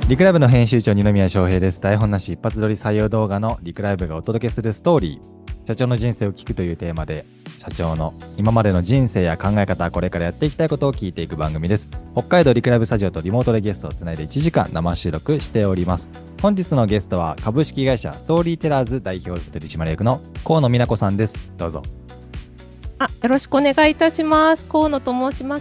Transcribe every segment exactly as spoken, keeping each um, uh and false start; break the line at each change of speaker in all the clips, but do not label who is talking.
リクライブの編集長二宮翔平です。台本なし一発撮り採用動画のリクライブがお届けするストーリー、社長の人生を聞くというテーマで、社長の今までの人生や考え方、これからやっていきたいことを聞いていく番組です。北海道リクライブスタジオとリモートでゲストをつないでいちじかん生収録しております。本日のゲストは株式会社ストーリーテラーズ代表取締役の河野美奈子さんです。どうぞ。
あ、よろしくお願いいたします。河野と申します。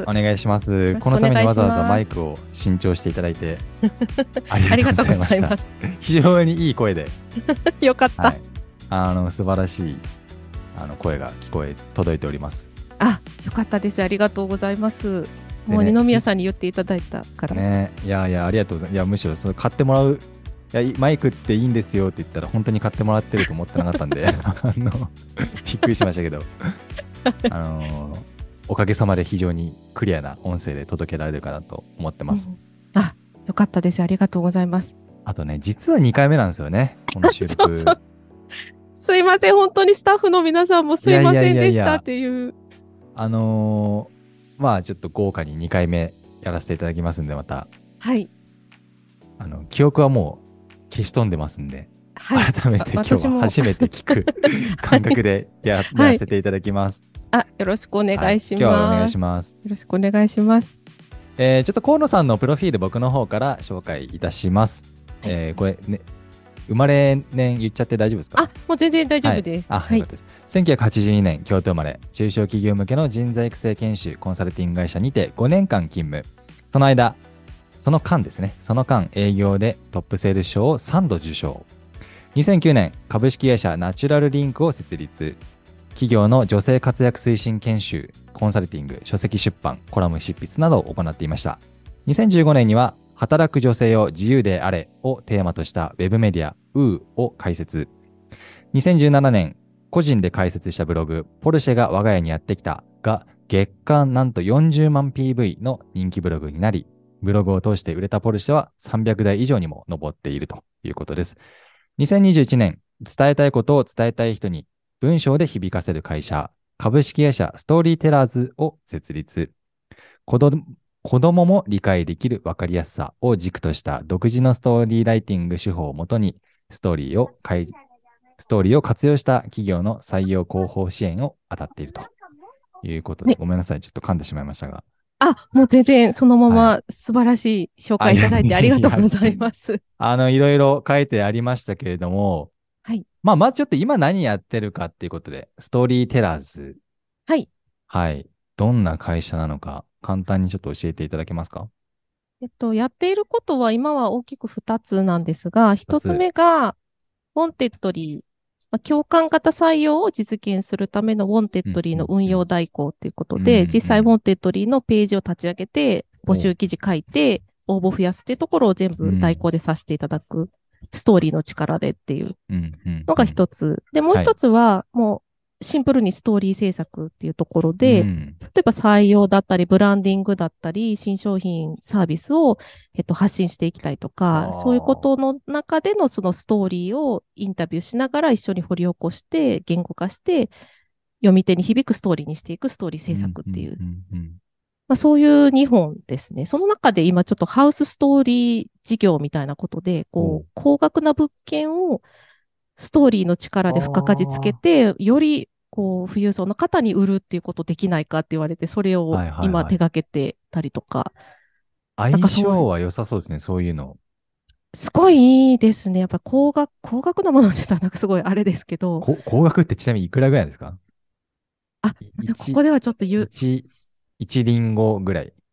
お願いします。このためにわざわざマイクを新調していただいてありがとうございました。非常にいい声で
よかった、
はい、あの素晴らしいあの声が聞こえ届いております。
あ、よかったです。ありがとうございます。もう二宮さんに言っていただいたから
ね。いやいやありがとうございます。いやむしろそれ買ってもらう、いやマイクっていいんですよって言ったら本当に買ってもらってると思ってなかったんであのびっくりしましたけどあのおかげさまで非常にクリアな音声で届けられるかなと思ってます、うん、
あ、よかったです。ありがとうございます。
あとね、実はにかいめなんですよね、この収録。
そうそう、すいません、本当にスタッフの皆さんもすいませんでしたっていう。いやいやいやいや、
あのー、まあちょっと豪華ににかいめやらせていただきますんで、また、
はい、
あの記憶はもう消し飛んでますんで、はい、改めて今日は初めて聞く感覚で や, やらせていただきます。
あ、よろしくお願いします。はい、
今日はお願いします。
よろしくお願いします。
えー、ちょっと河野さんのプロフィール僕の方から紹介いたします。はい、えー、これね、生まれ年言っちゃって大丈夫ですか？
あ、もう全然大丈夫です。
はい、あ、よかったです。せんきゅうひゃくはちじゅうにねん京都生まれ、中小企業向けの人材育成研修コンサルティング会社にてごねんかん勤務。その間、その間ですね、その間営業でトップセールス賞をさんど受賞。にせんきゅうねん株式会社ナチュラルリンクを設立。企業の女性活躍推進研修、コンサルティング、書籍出版、コラム執筆などを行っていました。にせんじゅうごねんには働く女性を自由であれをテーマとしたウェブメディア ウー を開設。にせんじゅうななねん、個人で開設したブログ、ポルシェが我が家にやってきたが月間なんとよんじゅうまん ピーブイ の人気ブログになり、ブログを通して売れたポルシェはさんびゃくだい以上にも上っているということです。にせんにじゅういちねん、伝えたいことを伝えたい人に文章で響かせる会社、株式会社ストーリーテラーズを設立。子供子供も理解できる分かりやすさを軸とした独自のストーリーライティング手法をもとにストーリーをストーリーを活用した企業の採用広報支援を当たっているということで、ね、ごめんなさい、ちょっと噛んでしまいましたが。
あ、もう全然そのまま素晴らしい紹介いただいてありがとうございます。
あの、いろいろ書いてありましたけれども、
はい。
まあ、まずちょっと今何やってるかっていうことで、ストーリーテラーズ。
はい。
はい。どんな会社なのか、簡単にちょっと教えていただけますか？
えっと、やっていることは今は大きくふたつなんですが、ひとつめが、ウォンテッドリー、まあ、共感型採用を実現するためのウォンテッドリーの運用代行ということで、うんうん、実際ウォンテッドリーのページを立ち上げて、募集記事書いて、応募増やすっていうところを全部代行でさせていただく、うん、ストーリーの力でっていうのが一つ。で、もう一つは、もう、シンプルにストーリー制作っていうところで、うん、例えば採用だったり、ブランディングだったり、新商品、サービスを、えっと、発信していきたいとか、そういうことの中でのそのストーリーをインタビューしながら一緒に掘り起こして、言語化して、読み手に響くストーリーにしていくストーリー制作っていう。まあ、そういうにほんですね。その中で今ちょっとハウスストーリー事業みたいなことで、こう、高額な物件をストーリーの力で付加価値つけて、よりこう、富裕層の方に売るっていうことできないかって言われて、それを今手掛けてたりとか。
はいはいはい、相性は良さそうですね、そういうの。
すごいいいですね。やっぱ高額、高額なものって言ったらなんかすごいあれですけど。
高額ってちなみにいくらぐらいですか？
あ、ここではちょっと言う。
一、一リンゴぐらい。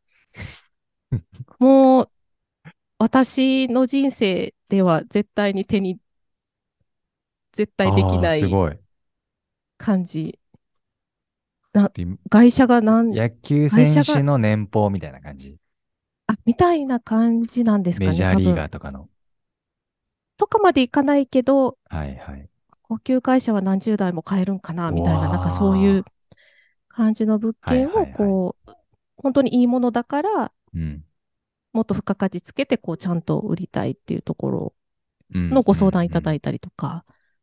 もう、私の人生では絶対に手に、絶対できない感じ。な会社が何、
野球選手の年俸みたいな感じ。
あ、みたいな感じなんですかね。
メジャーリーガーとかの。
とかまでいかないけど、
はいはい。
高級会社は何十台も買えるんかな、みたいな、なんかそういう感じの物件を、こう、はいはいはい、本当にいいものだから、うん、もっと付加価値つけて、こう、ちゃんと売りたいっていうところのご相談いただいたりとか。うんうんうん、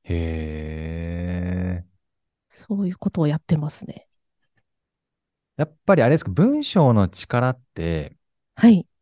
へー。
そういうことをやってますね。
やっぱりあれですか、文章の力って、
はい。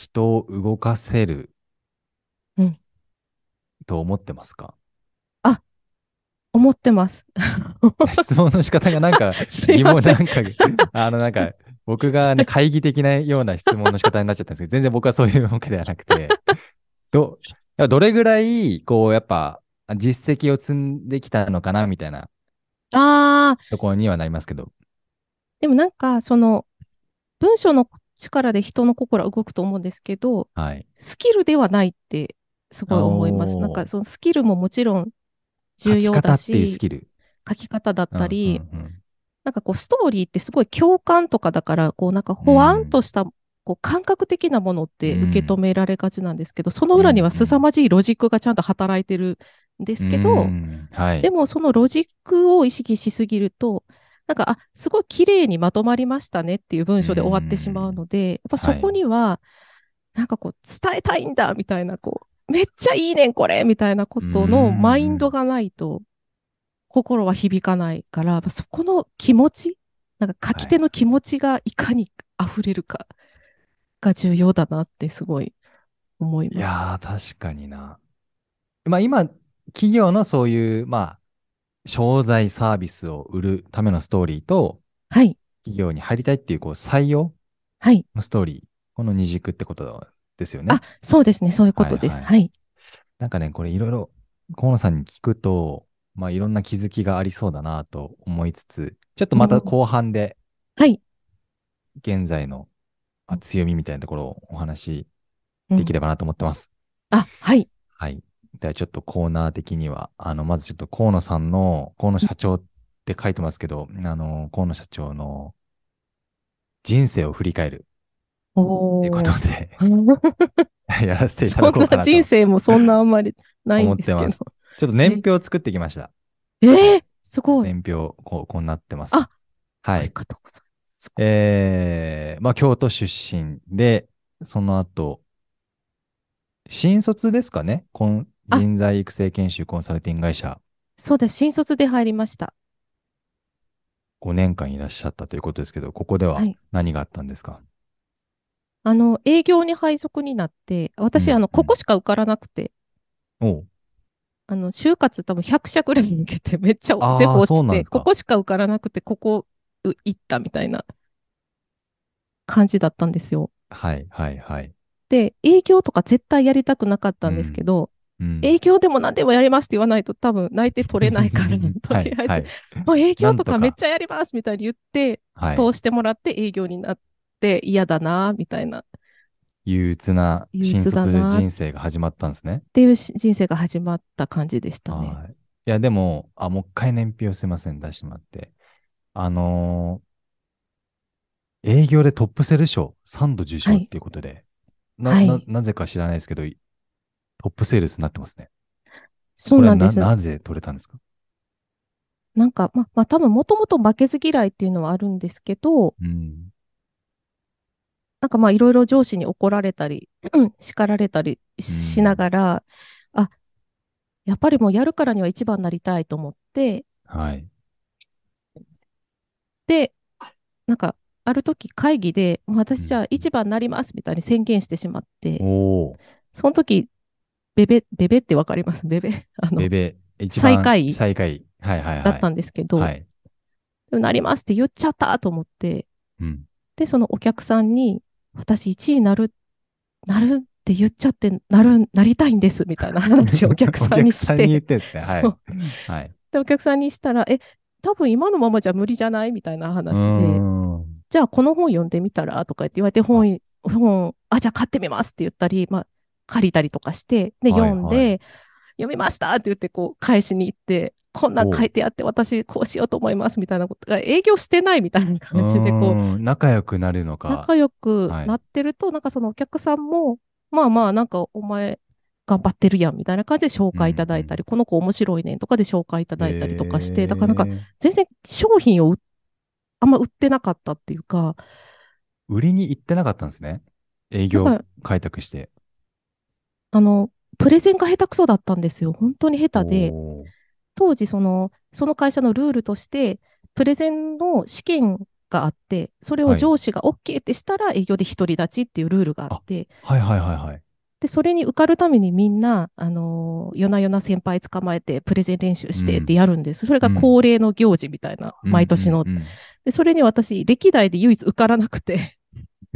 人を動かせる
うん。
と思ってますか？
あ、思ってます。
いや質問の仕方がなんか
すい
疑問、な
ません。
んか、あのなんか、僕がね、懐疑的なような質問の仕方になっちゃったんですけど、全然僕はそういうわけではなくて、ど、いやどれぐらい、こう、やっぱ、実績を積んできたのかな、みたいな
ああ、
ところにはなりますけど。
でもなんか、その、文章の力で人の心は動くと思うんですけど、
はい。
スキルではないってすごい思います。なんか、
おー、
そのスキルももちろん
書
重要だ
き方っていうス
し、
キル。
書き方だっ
うん、う
たり、
ん、
なんかこう、ストーリーってすごい共感とかだから、こう、なんか
うん。
ほわん
うん、
とした、こう、感覚的なものっ
う
て受け止
ん、
められがちなんですけど、その
うん、
裏には
うん。
凄まじいロジックがちゃんと働いてるんで
うー
すけど、
ん、はい。
でもそのロジックを意識しすぎると、なんか、あ、すごい綺麗にまとまりましたねっていう文
うー
章で終わってしまう
ん、
ので、やっぱそ
はい。
こには、なんかこう、伝えたいんだみたいな、こう、めっちゃいいねん、これみたいなこ
うー
とのマインド
ん、
がないと、心は響かないから、そこの気持ち、なんか書き
はい。
手の気持ちがいかに溢れるかが重要だなってすごい思います。
いやー、確かにな。まあ今、企業のそういう、まあ、商材サービスを売るためのストーリーと、
はい、
企業に入りたいっていう、こう、採用
はい。
のストーリー、この二軸ってことですよね。
あ、そうですね、そういうことです。
はいはい。
はい。
なんかね、これいろいろ河野さんに聞くと、まあいろんな気づきがありそうだなと思いつつ、ちょっと
うん、
また後半で
はい。
現在のあ強みみたいなところをお話し
うん、
できればなと思ってます。
あ、はい。
はい。ではちょっとコーナー的には、あの、まずちょっと河野さんの、河野社長って書いてますけど、あの、河野社長の人生を振り返るということ
おー。
でやらせていただ
そんな
こうかなと
人生もそんなあんまりないんですけど。
思ってます。ちょっと年
え、
表を作ってきました。
え
はい。
ー、すごい。
年表、こう、こうなってます。
あ、あり
はい。
がとうございます。すごい。
えー、まあ、京都出身で、その後、新卒ですかね、こん
あ、
人材育成研修コンサルティング会社
そうです。新卒で入りました。
ごねんかんいらっしゃったということですけど、ここでは
はい。
何があったんですか？
あの、営業に配属になって、私、あ
うん、
の、
うん。
ここしか受からなくて、
おう。
あの、就活多分ひゃく社くらいに受けて、めっちゃ全
ああ、
部落ちて、
そうなんですか。
ここしか受からなくて、ここう行ったみたいな感じだったんですよ。
はい、はい、はい。
で、営業とか絶対やりたくなかったんですけ
うん、
ど、
うん。
営業でも何でもやりますって言わないと多分内定取れないから、と
はい、
りあえず、
はい。
もう営業と
なんとか。
かめっちゃやりますみたいに言って、
はい。
通してもらって営業になって嫌だな、みたいな、
憂鬱な
憂鬱だ
新卒
なっ
人生が始まったんですね。
ていうし人生が始まった感じでしたね。
はい。いや、でも、あ、もう一回年表すいません、出してもらって。あのー営業でトップセル賞さんど受
はい。
賞っていうことで、な、な、
はい。
なぜか知らないですけど、トップセールスになってますね。これはな、
そうなんです。
なぜ取れたんですか？
なんか、ま、まあ、多分もともと負けず嫌いっていうのはあるんですけど、
うん。
なんかまあいろいろ上司に怒られたり、うん叱られたり
う
しな
ん。
がら、あ、やっぱりもうやるからには一番になりたいと思って、
はい。
で、なんかある時会議で、もう
うん。
私じゃあ一番になりますみたいに宣言してしまって、
おー、
その時、ベベ、ベベってわかりますベベあの、
ベベ、一番
最下位
最下位。はいはいはい。
だったんですけど、
はい。
でもなりますって言っちゃったと思って、
うん。
で、そのお客さんに、私いちいになる、なるって言っちゃって、なる、なりたいんですみたいな話をお客
お
さんに
客さんに言っ
して、
てんですね。はい。
そう。
はい。
で、お客さんにしたら、え、多分今のままじゃ無理じゃないみたいな
うー
話で、
ん。
じゃあこの本読んでみたらとか言って言われて、
あ、
本、本、あ、じゃあ買ってみますって言ったり、まあ、借りたりとかして、で、
はいはい。
読んで、読みましたって言って、こう、返しに行って、こんなん
おう。
書いてあって、私こうしようと思いますみたいなことが、営業してないみたいな
うー
感じで、こう、
ん。仲良くなるのか。
仲良く
はい。
なってると、なんかそのお客さんも、まあまあ、なんかお前頑張ってるやんみたいな感じで紹
う
介いた
んうん。
だいたり、この子面白いねんとかで紹介いただいたりとかして、だからなんか
え
全然商品をあんま売ってなかったっていうか、
ー、売りに行ってなかったんですね。営業
なんか、
開拓して。
あの、プレゼンが下手くそだったんですよ。本当に下手で、
おー。
当時その、その会社のルールとして、プレゼンの試験があって、それを
はい。
上司が OK ってしたら営業で独り立ちっていうルールがあっ
あ、
て、
はいはいはいはい。
で、それに受かるためにみんな、あのー夜な夜な先輩捕まえてプレゼン練習してって
うん。
やるんです。それが
うん。
恒例の行事みたいな、
うん。
毎年の。
うん。
で、それに私、歴代で唯一受からなくて、
うん。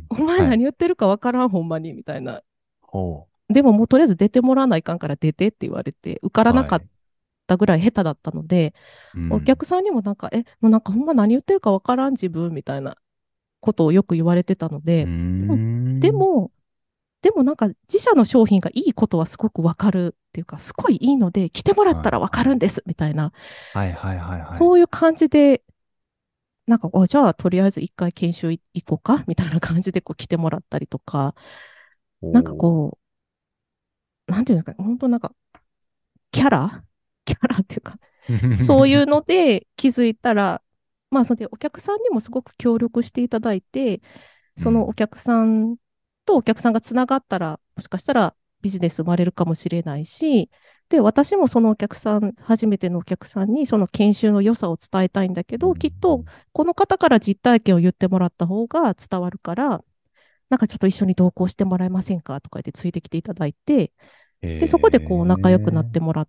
お前
はい。
何言ってるかわからん、ほんまに、みたいな。
ほ
でももうとりあえず出てもらわないかんから出てって言われて、受か
う。
らなかっ
はい。
たぐらい下手だったので、お
うん。
客さんにもなんか、え、もうなんかほんま何言ってるかわからん自分みたいなことをよく言われてたの
うー
で、でも、で
ん。
も、でもなんか自社の商品がいいことはすごくわかるっていうか、すごいいいので、来てもらったらわ
はいはい。
かるんですみたいな、
はいはいはいはい。
そういう感じで、なんか、おじゃあとりあえず一回研修い行こうかみたいな感じでこう来てもらったりとか、なんか
おー。
こう、なんていうんですかね、本当なんか、キャラキャラっていうか、そういうので気づいたら、まあ、それでお客さんにもすごく協力していただいて、そのお
うん。
客さんとお客さんがつながったら、もしかしたらビジネス生まれるかもしれないし、で、私もそのお客さん、初めてのお客さんにその研修の良さを伝えたいんだけ
う
ど、きっと
ん。
この方から実体験を言ってもらった方が伝わるから、なんかちょっと一緒に同行してもらえませんかとか言ってついてきていただいて、
へ
で、そこでこう仲良くなって
え。
もらって、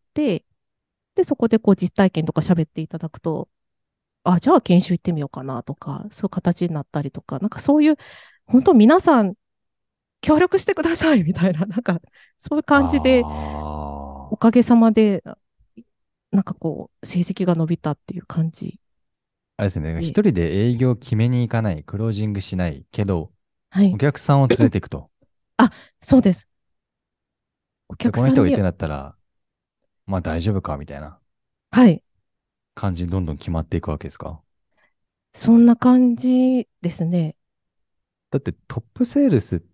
で、そこでこう実体験とか喋っていただくと、あ、じゃあ研修行ってみようかなとか、そういう形になったりとか、なんかそういう、本当皆さん協力してくださいみたいな、なんかそういう感じで、おか
ああ。
げさまで、なんかこう、成績が伸びたっていう感じ
あれですね。
で、
一人で営業決めに行かない、クロージングしないけど、お
はい。
客さんを連れていくと。
あ、そうです。お
で、この人が言って
客さんに、
んだったら、まあ大丈夫かみたいな
はい。
感じにどんどん決まっていくわけですか？
そんな感じですね。
だってトップセールスって、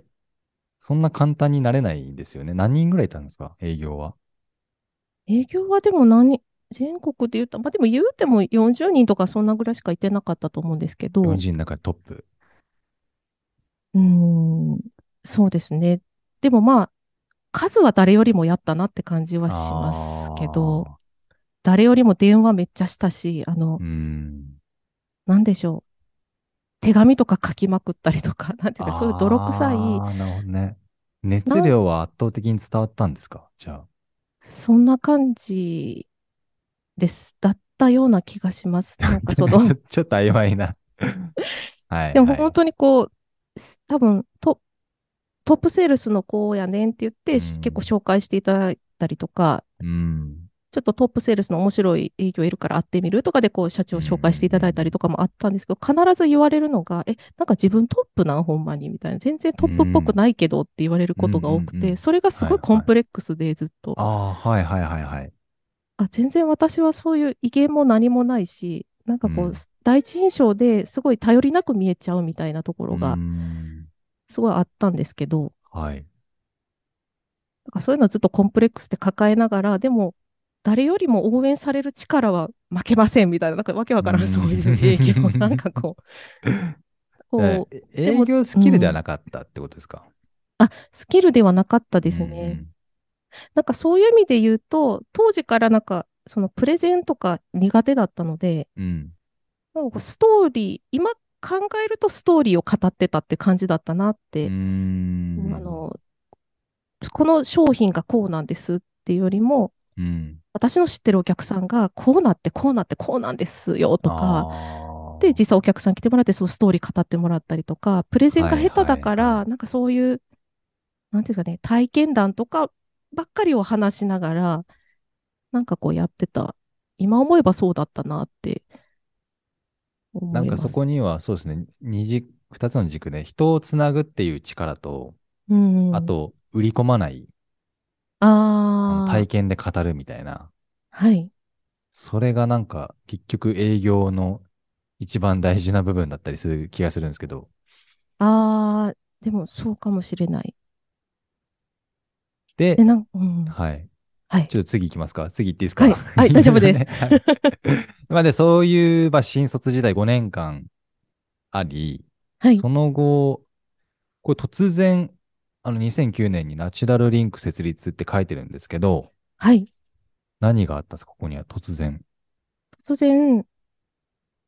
そんな簡単になれないんですよね。何人ぐらいいたんですか営業は？
営業はでも何、全国で言うと、まあでも言うてもよんじゅうにんとかそんなぐらいしかいてなかったと思うんですけど、
よんじゅうの中でトップ。
うーん、そうですね。でもまあ、数は誰よりもやったなって感じはしますけど、
ああ。
誰よりも電話めっちゃしたし、あの、
うーん。
なんでしょう。手紙とか書きまくったりとか、なんていうか、そういう泥臭い、
ああ、なるほどね。熱
なん、
量は圧倒的に伝わったんですかじゃあ？
そんな感じです。だったような気がします。なんかその、
ちょ、ちょっと曖昧な。はいはい。
でも本当にこう、す多分ト、トップセールスの子やねんって言っ
う
て、し結構
ん。
紹介していただいたりとか、
うん。
ちょっとトップセールスの面白い営業いるから会ってみるとかで、こう、社
うん。
長
う
紹介していただいたり
ん。
とかもあったんですけど、必ず言われるのが、え、なんか自分トップなん、ほんまにみたいな。全然
うん。
トップっぽくないけどって言われる
うん。
ことが多くて、
うん。
それがすごいコン
はいはい。
プレックスでずっと。
ああ、はいはいはいはい。
あ、全然私はそういう威厳も何もないし、なんかこう、
うん。
第一印象ですごい頼りなく見えちゃうみたいなとこ
うー
ろが
ん。
すごいあったんですけど、
はい。
なんかそういうのをずっとコンプレックスで抱えながら、でも、誰よりも応援される力は負けませんみたいな、なんかわけわ
うー
からんそういう営業、なん
ん。
かこう、
え
こう、でも、
営業スキルでは
うん、
なかったってことですか？
あ、スキルではなかった
うんう
ですね。
ん。
なんかそういう意味で言うと、当時からなんか、そのプレゼンとか苦手だったので、
うん。
なんかこうストーリー、今考えるとストーリーを語ってたって感じだったなっ
うー
て、うんあ
ん。
の、この商品がこうなんですっていうよりも、
うん。
私の知ってるお客さんがこうなってこうなってこうなんですよと
あ
か、で、実
あ。
際お客さん来てもらってそのストーリー語ってもらったりとか、プレゼン
はい
が下手だ
はいはい。
から、なんかそういう、なんていうかね、体験談とかばっかりを話しながら、なんかこうやってた。今思えばそうだったなって
なんかそ
思います。
こには、そうですね、二軸、二つの軸で、人をつなぐっていう力と、
うん。
あと、売り込まない、あの
ああ、
体験で語るみたいな、
はい。
それがなんか、結局営業の一番大事な部分だったりする気がするんですけど、
ああ、でもそうかもしれない。で、
で、
なん、うん。
はい。
はい。
ちょっと次行きますか？次行っていいですか？
はい。はい、
い
大丈夫です。
ろいろね。はい。まあで、そういう、まあ、新卒時代ごねんかんあり、
はい。
その後、これ突然、あのにせんきゅうねんにナチュラルリンク設立って書いてるんですけど、
はい。
何があったんですかここには突然？
突然、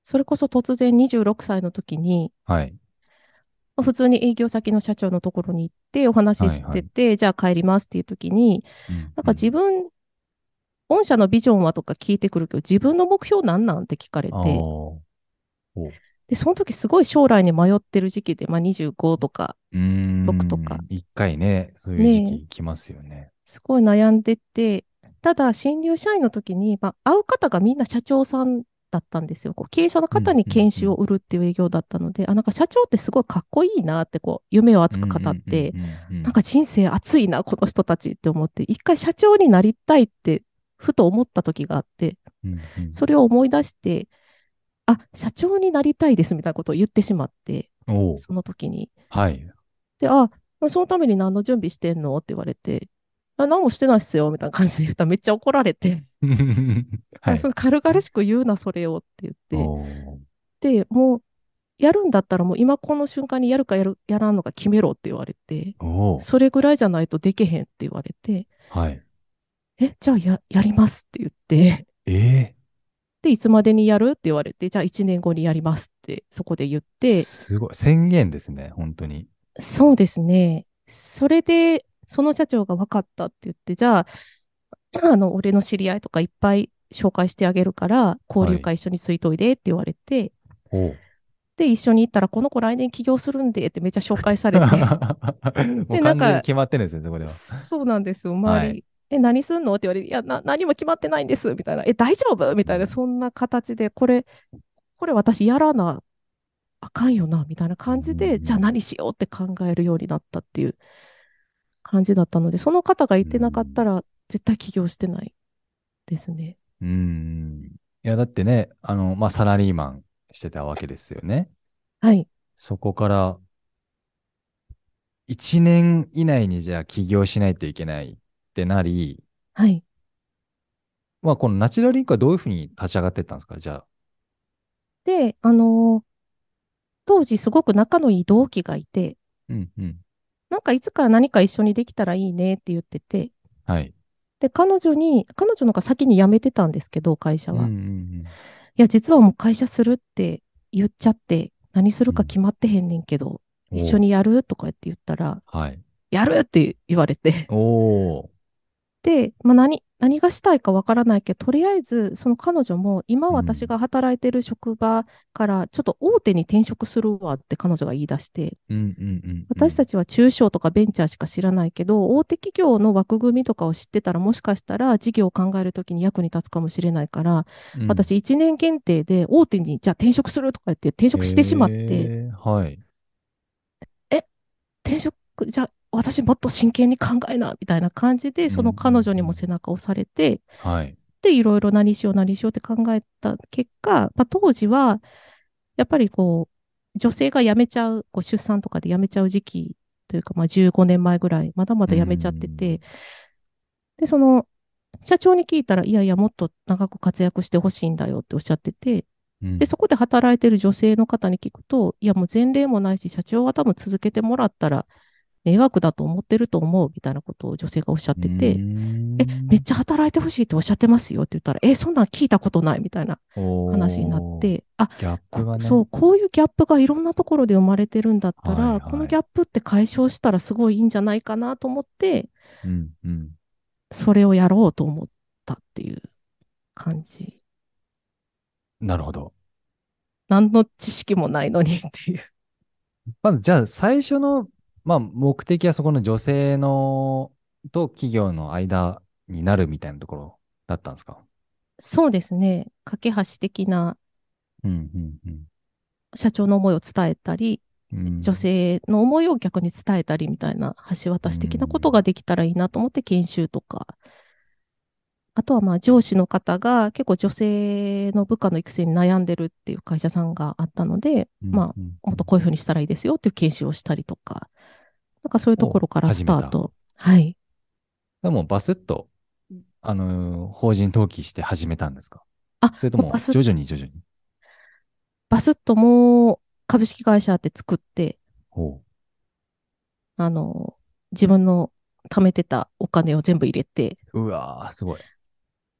それこそ突然にじゅうろくさいの時に、
はい。
普通に営業先の社長のところに行ってお話しし
はいはい。
てて、じゃあ帰りますっていう時に、なんか
うんうん。
自分、御社のビジョンはとか聞いてくるけど、自分の目標なんなんって聞かれ
ああ、
て、
おう。
で、その時すごい将来に迷ってる時期で、まあにじゅうごとか
うー
ろくとか、
ん。一回ね、そういう時
ね、
期来ますよね。
すごい悩んでて、ただ新入社員の時に、まあ、会う方がみんな社長さんだったんですよ。こう経営者の
うん
方に
うんうん。
研修を売るっていう営業だったので、あ、なんか社長ってすごいかっこいいなって、こう、夢を
うん
熱く語っ
うんうん
て、
うんうん。
なんか人生熱いな、この人たちって思って、一回社長になりたいって、ふと思った時があって、
うんうん。
それを思い出して、あ、社長になりたいですみたいなことを言ってしまって、
おう。
その時に。
はい。
で、あ、まあそのために何の準備してんのって言われて、あ、何もしてないっすよ、みたいな感じで言ったらめっちゃ怒られて、
はい。
その軽々しく言うな、それをって言っ
お
て、
ー。
で、もう、やるんだったらもう今この瞬間にやるかやる、やらんのか決めろって言われて、
おー。
それぐらいじゃないとできへんって言われて、
はい。
え、じゃあや、やりますって言って、
ええ、
で、いつまでにやるって言われて、じゃあいちねんごにやりますってそこで言って、
すごい。宣言ですね、本当に。
そうですね。それで、その社長が分かったって言って、じゃあ、あの、俺の知り合いとかいっぱい紹介してあげるから、交
はい。
流会一緒についといでって言われて、
おう。
で、一緒に行ったら、この子来年起業するんでってめっちゃ紹介されて、
もう
で、なんか、
完全に決まってるんですね、そこでは。
そうなんですよ。周
はい。
り、え、何すんのって言われて、いや、な、何も決まってないんです、みたいな。え、大丈夫みたいな、
うん。
そんな形で、これ、これ私やらなあかんよな、みたいな
うんう
感じで、じゃあ
ん
何しようって考えるようになったっていう感じだったので、その方がい
うん。
てなかったら、絶対起業してないですね。
うん。うん。いや、だってね、あの、まあ、サラリーマンしてたわけですよね。
はい。
そこからいちねん以内にじゃあ起業しないといけないってなり、
はい。
まあ、このナチュラルリンクはどういうふうに立ち上がっていったんですか、じゃあ。
で、あのー当時すごく仲のいい同期がいて、
うんうん。
なんかいつか何か一緒にできたらいいねって言ってて、
はい。
で、彼女に、彼女のが先に辞めてたんですけど、会社
うんう
は。
ん
いや、実はもう会社するって言っちゃって、何する
うん。うん。
か決まってへんねんけど、一緒
おう。
にやるとか言って言ったら、
はい。
やるって言われて、
おー。
で、まあ、何、何がしたいかわからないけど、とりあえず、その彼女も、今
うん。
私が働いてる職場から、ちょっと大手に転職するわって彼女が言い出して、
うんうんうんうん。
私たちは中小とかベンチャーしか知らないけど、大手企業の枠組みとかを知ってたら、もしかしたら事業を考えるときに役に立つかもしれないから、
うん。
私いちねん限定で大手にじゃあ転職するとか言って転
へ
職してしまって、
え、はい。
え、転職、じゃあ私もっと真剣に考えな、みたいな感じで、
うんう
その彼女にも
んうん。
背中を押されて、
はい。
で、いろいろ何しよう何しようって考えた結果、まあ、当時は、やっぱりこう、女性が辞めちゃう、こう出産とかで辞めちゃう時期というか、まあ、じゅうごねんまえぐらい、まだま
う
だ辞めちゃって
ん。
て、で、その、社長に聞いたら、いやいや、もっと長く活躍してほしいんだよっておっしゃってて、で、
うん。
そこで働いてる女性の方に聞くと、いや、もう前例もないし、社長は多分続けてもらったら迷惑だと思ってると思うみたいなことを女性がおっしゃっ
うー
てて、え、めっ
ん。
ちゃ働いてほしいっておっしゃってますよって言ったら、え、そんなん聞いたことないみたいな話になっ
おー。
て、あ、
ギャップ
こ
がね。
そう、こういうギャップがいろんなところで生まれてるんだった
はい
ら、この
はい。
ギャップって解消したらすごいいいんじゃないかなと思って、
うんうん。
それをやろうと思ったっていう感じ。
なるほど。
何の知識もないのにっていう。
まず、じゃあ、最初の、まあ、目的はそこの女性の、と企業の間になるみたいなところだったんですか？
そうですね。架け橋的な
うんうんうん。
社長の思いを伝えたり、女
うん
性の思いを逆に伝えたりみたいな橋
う
渡し的なことが
ん。
できたらいいなと思って研修とか、あとはまあ上司の方が結構女性の部下の育成に悩んでるっていう会社さんがあったので、
うん
ま
うんうん。
あもっとこういうふうにしたらいいですよっていう研修をしたりとか、なんかそういうとこ
を
ろからス
始めた。
タート。はい。
でも、バスッと、あのー法人登記して始めたんですか？
あ、
それとも、
もうバス、
徐々に徐々に。
バスッともう株式会社って作って、
ほ
あの、自分の貯めてたお金を全部入れて、
う。うわー、すごい。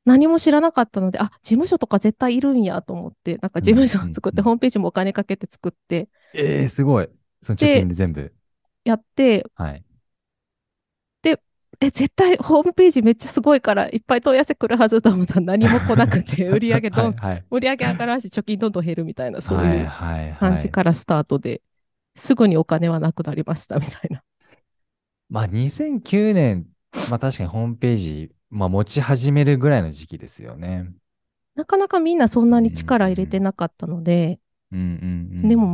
何も知らなかったので、あ、事務所とか絶対いるんやと思って、なんか事務
うん、うん、
所を作って、
うん。
ホームページもお金かけて作って、
ええー、すごい。その貯金
で、
で全部。
やって、
はい。
で、え、絶対ホームページめっちゃすごいから、いっぱい問い合わせ来るはずと思ったら何も来なくて、売り上げどん、
はい、はい。
売り上げ上がらんし、貯金どんどん減るみたいな、そう
はい、
いう
はい、
感
はい。
じからスタートで、すぐにお金はなくなりましたみたいな。
まあ、にせんきゅうねん、まあ確かにホームページ、まあ持ち始めるぐらいの時期ですよね。
なかなかみんなそん
う
なに力入れて
ん、
なかったので、
うん、うん、うん。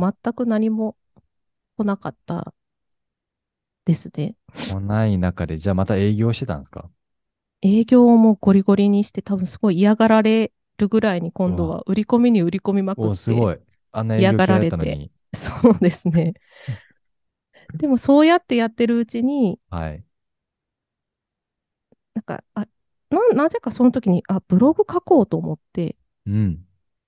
でも全く何も来なかったですね。
来ない中で、じゃあまた営業してたんですか？
営業もゴリゴリにして、多分すごい嫌がられるぐらいに
うわ。
今度は売り込みに売り込みまくっ
お、す
て
ごい。あんな営
嫌が
業嫌い
られて。
だったのに。
そうですね。でもそうやってやってるうちに、
はい。
なんか、あ、な、なぜかその時に、あ、ブログ書こうと思って、
うん。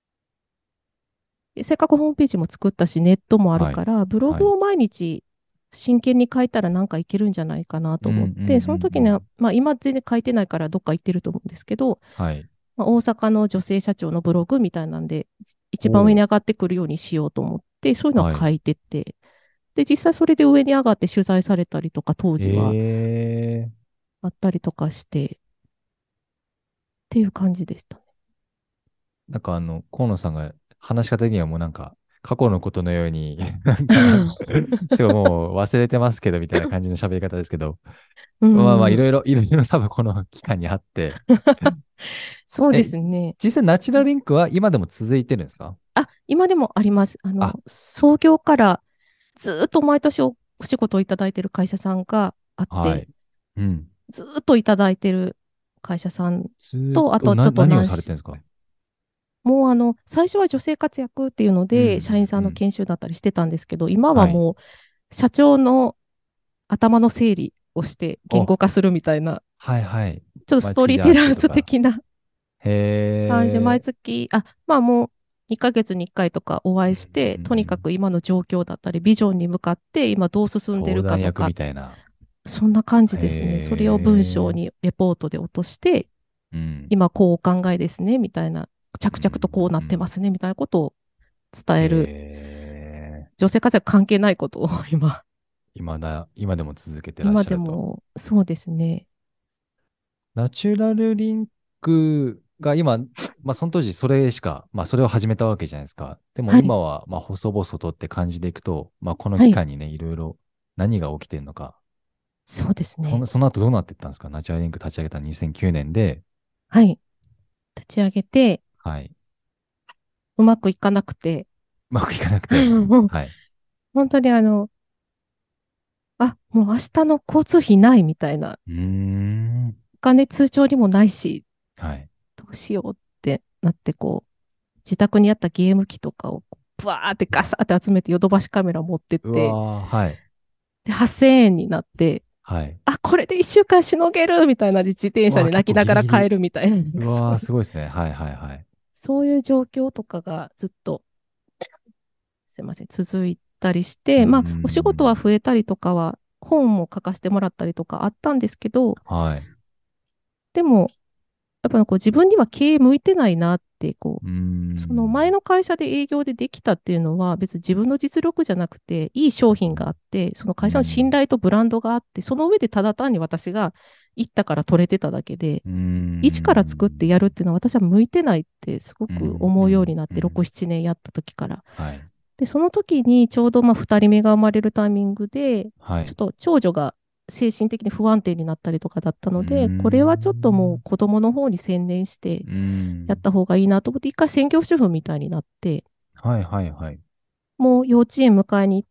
せっかくホームページも作ったし、ネットもある
はい。
から、ブロ
はい。
グを毎日真剣に書いたらなんかいけるんじゃないかな
うん、うん、う
と思って、その時には、
ん。
まあ今全然書いてないからどっか行ってると思うんですけど、
はい。
まあ、大阪の女性社長のブログみたいなんで、一番上
おー。
に上がってくるようにしようと思って、そういうのを
はい。
書いてて、で、実際それで上に上がって取材されたりとか、当時は
ええ、
あったりとかして、っていう感じでしたね。
なんかあの、河野さんが話し方的にはもうなんか、過去のことのように、なんか、すごいもう忘れてますけど、みたいな感じの喋り方ですけど、
う
まあまあ、い
ん、
ろいろ、いろいろ多分この期間にあって、
そうで
え、
すね。
実際ナチュラルリンクは今でも続いてるんですか？
あ、今でもあります。あ
あ、
の、創業からずーっと毎年お、お仕事をいただいている会社さんがあって、
はい。うん。
ずーっといただいている会社さん
ずーっ
と、あ
とな、
とちょっと
何を
何し、
されてるんですか？
もうあの、最初は女性活躍っていうの
うん、う
で、社員さん
ん、うん。
の研修だったりしてたんですけど、今は
はい。
もう、社長の頭の整理をして言
お、
語化するみたいな、
はいはい。
ちょっとストー
毎月じゃあ
リーテラーズ
あってとか。
的な感じで、毎
へえ。
月、あ、まあもうにかげつにいっかいとかお
うん、
会いして、
うん、
とにか
うん。
く今の状況だったり、ビジョンに向かって今どう進んでるか
相談役
とか、
みたいな。
そんな感じ
へ
ですね。それを文章
え。
にレポートで落として、
うん。
今こうお考えですね、みたいな、
うん、
着々とこうな
うん。
ってますね、みたいなことを伝
へ
える、
え。
女性活躍関係ないことを今、
今だ、今でも続けてらっ
今
しゃると。
でも、そうですね。
ナチュラルリンクが今、まあその当時それしか、まあそれを始めたわけじゃないですか。でも
はい。
今は、まあ細々とって感じでいくと、まあこの
はい。
期間にね、いろいろ何が起きてるのか。
そうですね。
その、その後どうなっていったんですか？ナチュラルリンク立ち上げたにせんきゅうねんで、
はい。立ち上げて、
はい。
うまくいかなくて、
うまくいかなくて、
もう
はい。
本当にあの、あ、もう明日の交通費ないみたいな、
うーん。
お金通帳にもないし、
はい。
どうしようってなって、こう、自宅にあったゲーム機とかを、ブワーってガサって集めてヨドバシカメラ持ってっ
う
て、
わー、はい。
で、はっせんえんになって、
はい。
あ、これでいっしゅうかんしのげるみたいなで自転
うわー、
車で泣き
結構
ながら帰
ギリギリ。
るみたいな、なん
うわー、
かそういう、
すごいですね。はいはいはい。
そういう状況とかがずっと、すいません、続いたりし
うー
て、まあ、お仕事は
ん。
増えたりとかは、本も書かせてもらったりとかあったんですけど、
はい。
でも、やっぱこう自分には経営向いてないなって、こ
うー
う、その前
ん。
の会社で営業でできたっていうのは、別に自分の実力じゃなくて、いい商品があって、その
う
会社の信
ん。
頼とブランドがあって、その上でただ単に私が行ったから取れてただけで、
うー
一から作ってやるっ
ん。
ていうのは私は向いてないってすご
うん。
く思
うん。
うようになって、ろく、
うん。
ななねんやった時から。
はい。
で、その時にちょうどまあふたりめが生まれるタイミングで、
はい。
ちょっと長女が精神的に不安定になったりとかだった
うー
ので、これはちょっともう
ん。
子供の方に専念して
うーん。
やった方がいいなと思って、一回専業主婦みたいになって、
はいはいはい。
もう幼稚園迎えに行って、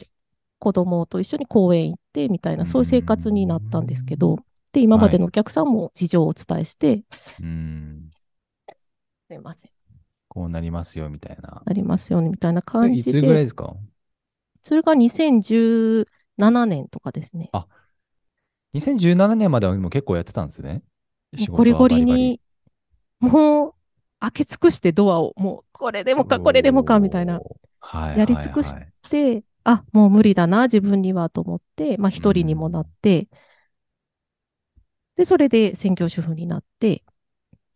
子供と一緒に公園行ってみたい
うー
な、そういう生活になったんですけど、
ん。
で、今ま
はい。
でのお客さんも事情をお伝えして、
うーん。
すいません、
こうなりますよ、みたいな。
なりますようにみたいな
え、いつぐら
感じで、
いですか？
それがにせんじゅうななねんとかですね。
あ、にせんじゅうななねんまではもう結構やってたんですね。仕事は
もうゴリゴ
バリバリ。
リに、もう開け尽くしてドアを、もうこれでもかこれでもかみたいな、
おー。はい
やり
はい
尽くし
はい。
て、あ、もう無理だな、自分にはと思って、まあ
う
一人にもなっ
ん。
て、で、それで専業主婦になって、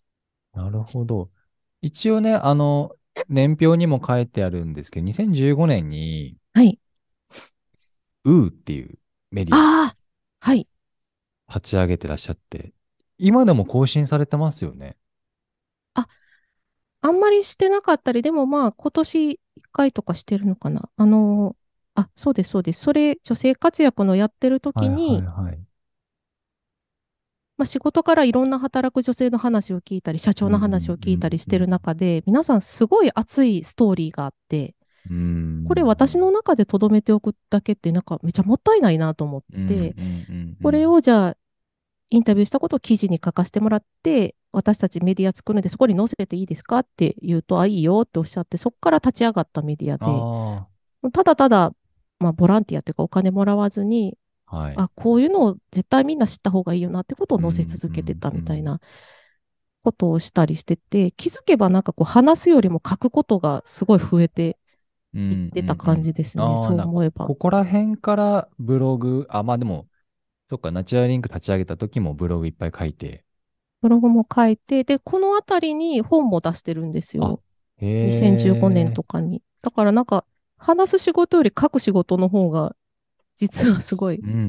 なるほど。一応ね、あの、年表にも書いてあるんですけど、にせんじゅうごねんに、
はい。
ウーっていうメディア
ああ、はい。
立ち上げてらっしゃって、今でも更新されてますよね。
あ、あんまりしてなかったり、でもまあ、今年いっかいとかしてるのかな。あの、あ、そうです、そうです。それ、女性活躍のやってる
はいはい
時に、
はい。
まあ、仕事からいろんな働く女性の話を聞いたり、社長の
うんうん
話を聞いたりしてる
うん
中で、皆さんすごい熱いストーリーがあって、
うん。う
これ私の
ん
中で留めておくだけってなんかめちゃもったいないなと思っ
うん
て、
うんうんう
これ
ん。
をじゃあインタビューしたことを記事に書かせてもらって、私たちメディア作るんでそこに載せていいですかって言うと、あ、いいよっておっしゃって、そこから立ち上がったメディアで、
あ
ただただ、まあ、ボランティアというかお金もらわずに、
あ、はい。
あ、こういうのを絶対みんな知った方がいいよなってことを載せ
うんう
続けてた
んうん。
みたいなことをしたりしてて、気づけばなんかこう話すよりも書くことがすごい増えていっ
うんう
てた感
んうん。
じですね。
ああ、
そう
な、こ、
思えば。
ここら辺からブログ、あ、まあでも、そっか、ナチュラルリンク立ち上げた時もブログいっぱい書いて。
ブログも書いて、で、このあたりに本も出してるんです
あ、
よ。
へ
にせんじゅうごねん
え。
とかに。だからなんか、話す仕事より書く仕事の方が、実はすごい
うんうんうん。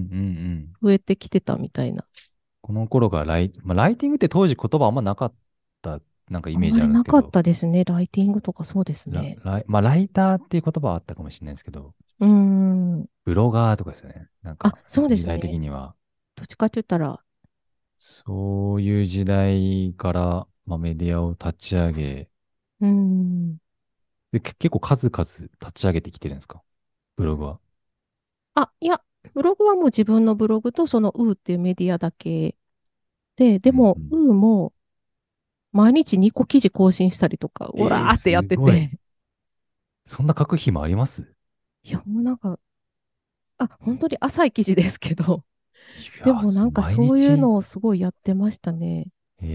増えてきてたみたいな。
この頃がライ、まあ、ライティングって当時言葉あんまなかったなんかイ
あん
メージあ
まりなかっ
るんですけど、
たですね。ライティングとかそうです
ラ、
ね。
ライ、まあライターっていう言葉はあったかもしれないですけど、
うーん。
ブロガーとかですよね。なん
あ、
か
そうで
時代
すね。
的には。
どっちかって言ったら、
そういう時代から、まあ、メディアを立ち上げ、
うーん。
で、け結構数々立ち上げてきてるんですか？ブログは。
あ、いや、ブログはもう自分のブログとそのウーっていうメディアだけで、でも、
うんうん。
ウーも毎日にこ記事更新したりとか、オ
えー、
ラーってやっ
すごい。
てて、
そんな書く日もあります？
いや、もうなんか、あ、本当に浅い記事ですけど、
い
で
や、す
もなんか
毎
そういう
日。
のをすごいやってましたね。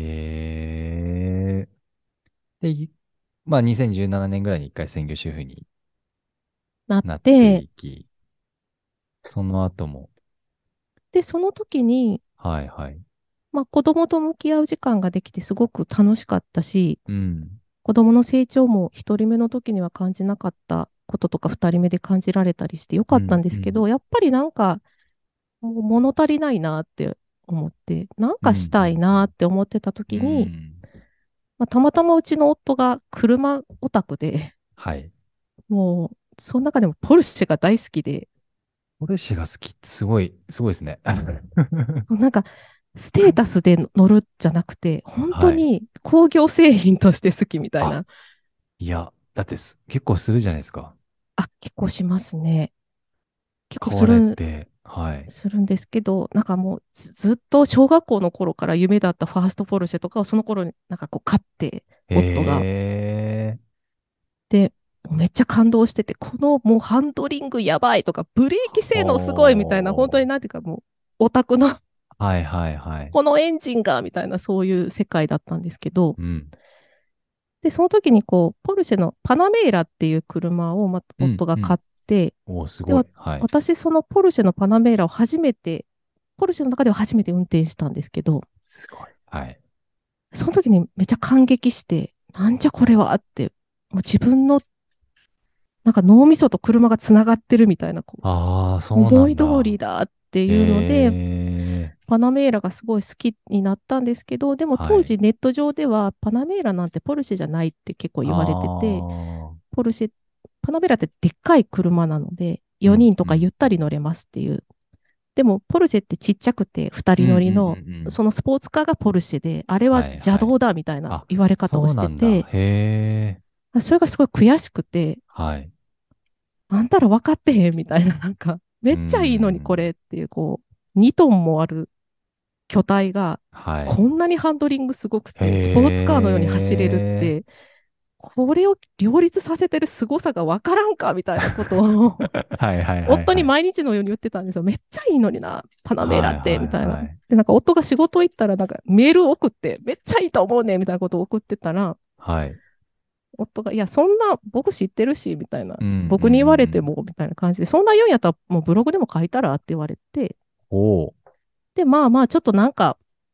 えー。で、いまあ、にせんじゅうななねんぐらいに一回専業主婦に
なっ
なって
て、
いき、その後も、
で、その時に、
はいはい。
まあ子供と向き合う時間ができてすごく楽しかったし、
うん。
子供の成長も一人目の時には感じなかったこととか二人目で感じられたりしてよかったん
うん。うん。
ですけど、やっぱりなんかもう物足りないなって思って、なん
うん。う
かしたいな
ん。
って思ってた
うん。
時に、
うん。
まあ、たまたまうちの夫が車オタクで、
はい。
もう、その中でもポルシェが大好きで、
ポルシェが好きってすごい、すごいですね。
なんか、ステータスで乗るじゃなくて、本当
はい。
に工業製品として好きみたい
あ、
な。
いや、だってす結構するじゃないですか。
あ、結構しますね。結構す
これっ
る、
て、はい。
するんですけど、なんかもうず、ずっと小学校の頃から夢だったファーストポルシェとかをその頃になんかこう買って、夫が。
へえ。
で、もうめっちゃ感動してて、このもうハンドリングやばいとか、ブレーキ性能すごいみたいな、本当に
ほ
なんていうかもう、オタクの
う。はいはいはい。
このエンジンがみたいな、そういう世界だったんですけど、
うん。
で、その時にこう、ポルシェのパナメーラっていう車をま
うん。うん。
夫が買って、
おー、す
で、わ
ごい。はい。
私、そのポルシェのパナメーラを初めて、ポルシェの中では初めて運転したんですけど、
すごい。はい。
その時にめっちゃ感激して、なんじゃこれはって、もう自分のなんか脳みそと車がつながってるみたいな、こ
ああ、
う
そうな
思い通
んだ。
りだっていうので、
へえ。
パナメーラがすごい好きになったんですけど、でも
はい。
当時ネット上ではパナメーラなんてポルシェじゃないって結構言われて
あ
て、
あ。
ポルシェ、パナメーラってでっかい車なので、
うん。
よにんとかゆ
うん。
ったり乗れますっていう。でもポルシェってちっちゃくてふたり
うん。うん。うん。
乗りの、
うん。
そのスポーツカーがポルシェで、あれは
はいはい。
邪道だみたいな
あ、
言われ方を
そう
して
なんだ。
て、
へえ。
それがすごい悔しくて、
はい。
あんたら分かってへんみたいな、なんか、め
うー
っちゃいいのにこ
ん。
れっていう、こう、にトンもある巨体が、
はい。
こんなにハンドリングすごくて、スポーツカーのように走れるっ
へえ。
て、これを両立させてる凄さが分からんかみたいなことを
はいはいはいはい。
夫に毎日のように言ってたんですよ。めっちゃいいのにな、パナメラって、
はいはい
みたいな。
はい。
で、なんか夫が仕事行ったら、なんかメールを送って、めっちゃいいと思うね、みたいなことを送ってたら、
はい。
夫が、いや、そんな僕知ってるし、みたいな。
うんうん
僕に言われて
うん。
も、みたいな感じで、そんな言うんやったら、もうブログでも書いたらって言われて、
おお。
で、まあまあ、ちょっとなんか、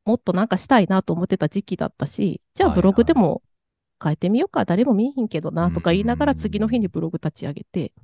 もっとなんかしたいなと思ってた時期だったし、じゃあ
はい
ブログで
は
も変えてみようか、誰も見えひんけど
い。う
なとか言いながら次の日に
ん。
ブログ立ち上げて、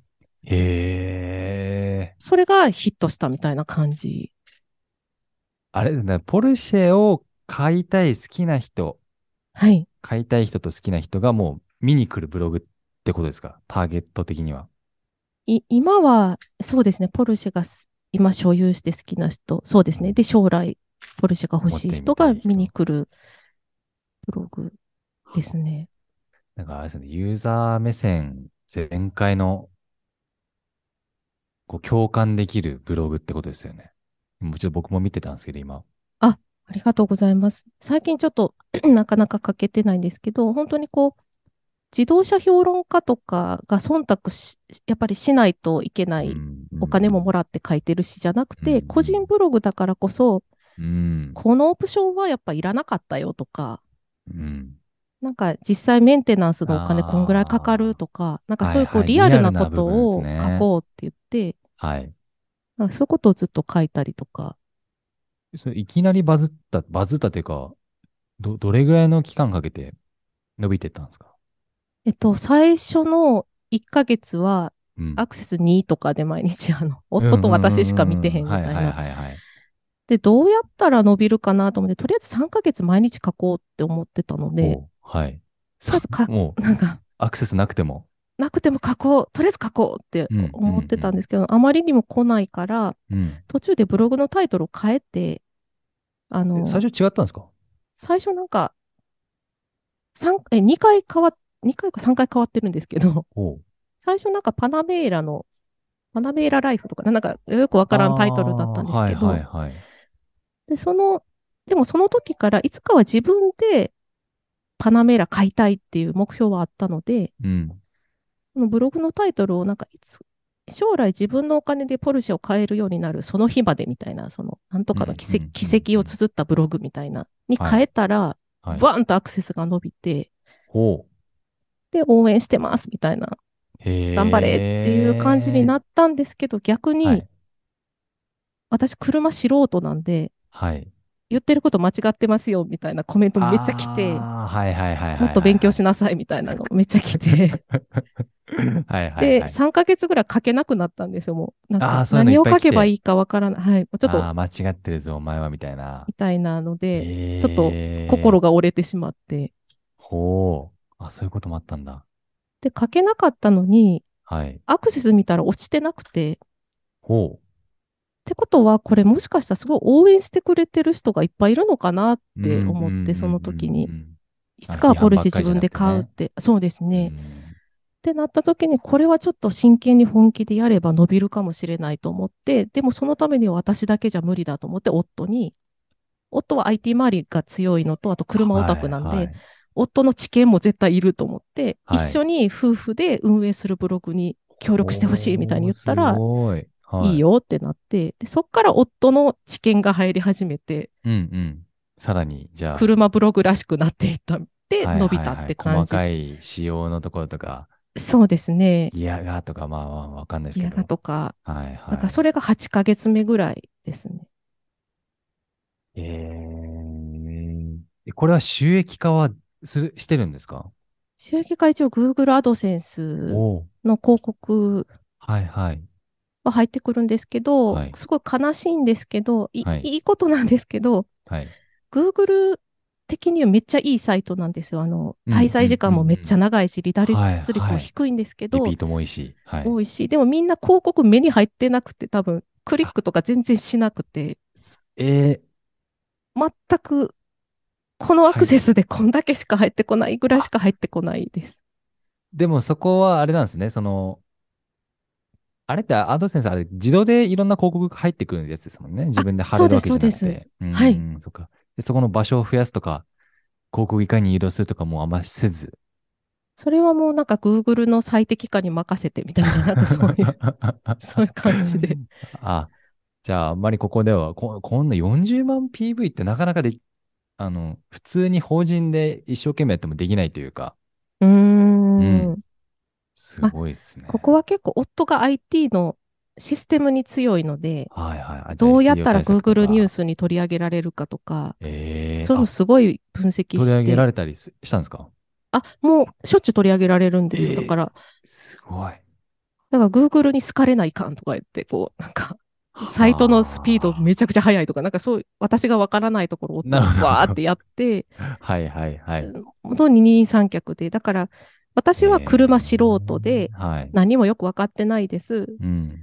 へえ。
それがヒットしたみたいな感じ。
あれですね、ポルシェを買いたい好きな人、
はい。
買いたい人と好きな人がもう見に来るブログってことですか？ターゲット的には。
い、今は、そうですね、ポルシェがす今所有して好きな人、そうですね。
うん。
で、将来、ポルシェが欲
持ってみ
しい人が
たい人。
見に来るブログですね。
なんかあれですね、ユーザー目線全開のこう共感できるブログってことですよね。もちろん僕も見てたんですけど、今。
あ、ありがとうございます。最近ちょっとなかなか書けてないんですけど、本当にこう、自動車評論家とかが忖度し、やっぱりしないといけな
う
い、
ん、う
お金もも
ん、
らって書いてるしじゃなく
うん、う
て、個人
ん、
ブログだからこそ、
うん、
このオプションはやっぱいらなかったよとか、
うん。
なんか実際メンテナンスのお金こんぐらいかかる
あ
とか、なん
あ、
かそういうこう
はいはい、
リアルなこ
リアルな部分です
とを書
ね。
こうって言って、
はい。
なんかそういうことをずっと書いたりとか。
それいきなりバズった、バズったというか、ど、どれぐらいの期間かけて伸びてったんですか？
えっと、最初のいっかげつは
うん。
アクセスにとかで毎日あの、
うん、うん、
夫と私しか見てへ
うん、うん。はいはい
んみたいな。
はいはい。
で、どうやったら伸びるかなと思って、とりあえずさんかげつ毎日書こうって思ってたので、
おう、はい。さ、
とりあえずか、
もう、
なんか、
アクセスなくても。
なくても書こう、とりあえず書こうって
うん、うん、
思って
うん。
たんですけど、あまりにも来ないから、
うん。
途中でブログのタイトルを変えて、あ
え、最
の、
初違ったんですか？
最初なんか、三え、にかい変わっ、にかいかさんかい変わってるんですけど、
おう。
最初なんかパナメーラの、パナメーラライフとか、なんかよくわ
あ
からんタイトルだった
あ、
んです
はい
けど、
はいはい。
で、その、でもその時からいつかは自分でパナメーラ買いたいっていう目標はあったので、
うん。
このブログのタイトルをなんかいつ、将来自分のお金でポルシェを買えるようになるその日までみたいな、その、なんと
うん、
かの奇跡、
うん、うん、
奇跡を
うん。
綴ったブログみたいな、に変え
はい。
たら、
はい。
バーンとアクセスが伸びて、
ほう。
で、応援してますみたいな、頑張れっていう感じに
へえ。
なったんですけど、逆に、
はい。
私、車素人なんで、
はい。
言ってること間違ってますよみたいなコメントもめっちゃ来て、
ああ、はいはいはいはい
もっと勉強
はいはい。
しなさいみたいなのがめっちゃ来て、
はいはい
で、
はい。
さんかげつぐらい書けなくなったんですよ、もう。なんか、
ああ、そういうのいっ
何を
ぱい来て。
書けばいいかわからない。はい。ちょっと、
ああ、間違ってるぞ、お前は、みたいな。
みたいなので、ちょっと心
ええ。
が折れてしまって。
ほう。あ、そういうこともあったんだ。
で、書けなかったのに、
はい。
アクセス見たら落ちてなくて、っ
ほ
てことは、これもしかしたらすごい応援してくれてる人がいっぱいいるのかなっ
う。うん、うん、うん、
て思って、その時に。
うん。
い
あ、
つかはポル
批判ばっかりじゃ
シェ自分で
なくてね。
買うって、そうです
う
ね。
ん。
ってなった時に、これはちょっと真剣に本気でやれば伸びるかもしれないと思って、でもそのためには私だけじゃ無理だと思って、夫に、夫は アイティー 周りが強いのと、あと車オタ
はい、
クなんで、
はい。
夫の知見も絶対いると思って、一
はい。
緒に夫婦で運営するブログに協力してほしいみたいに
ほう、す
言ったら、
ごい。はい。
いいよってなって、で、そっから夫の知見が入り始めて、
うん、うん。さらに、じゃ
車ブログらしくなっていった。で、
あ、はい、はい、
伸びたっ
はい。
て感じ。
細かい仕様のところとか、
そうですね。
ギアがとか、まあ、まあわかんないです
ギアガ
けど。
とか、
はい、はい。
だからそれがはちかげつめぐらいですね。
えー、これは収益化はする、してるんですか？
収益化一応 Google アドセンス
おおー。
の広告
はい、はい。
は入ってくるんですけど、
はい、
すごい悲しいんですけど、い
はい、
いいことなんですけど、
はい。
Google 的にはめっちゃいいサイトなんですよ。あの、
うん、うん、
滞在時間
うん、う
もめっちゃ
ん。
長いし、離脱
はい、
率も
はい。
低いんですけど、
リピートも多いし、はい。
多いし、でもみんな広告目に入ってなくて、多分、クリッ
あ、
クとか全然しなくて、
えー、
全くこのア
はい。
クセスでこんだけしか入ってこないぐらいし
あ、
か入ってこないです。
でもそこはあれなんですね。その、あれってアドセンスあれ自動でいろんな広告が入ってくるやつですもんね。自
あ、
分で貼
そうです、
れるわけじ
そうです。
ゃなくて。うー
はい。
ん、そっか。で、そこの場所を増やすとか、広告いかに移動するとかもあんませず。
それはもうなんか Google の最適化に任せてみたいな、なんかそういう、そういう感じで。
あ、じゃああんまりここでは、こ、こんなよんじゅうまん ピーブイ ってなかなかで、あの、普通に法人で一生懸命やってもできないというか。
うー
うん。
ん。まあ、
すごいですね。
ここは結構夫が アイティー のシステムに強いので、
はいはい。あ、じゃあ
どうやったら
エスイーオー 対策と
Google ニュー
か。
スに取り上げられるかとか、
ええ、
そういうの
あ、
すごい分析
取り上げら
して、
れたりすしたんですか？
あ、もうしょっちゅう取り上げられるんですよ。だ
ええ、
から、
すごい。
だから Google に好かれないかんとか言って、こう、なんか、サイトのスピード
はあ。
めちゃくちゃ速いとか、なんかそういう、私がわからないところを夫が
なるほど、なるほど。
わーってやって、
はいはいはい。
本当に二人三脚で、だから私は車素
え
人で
え、はい。
何もよく分かってないです。
うん。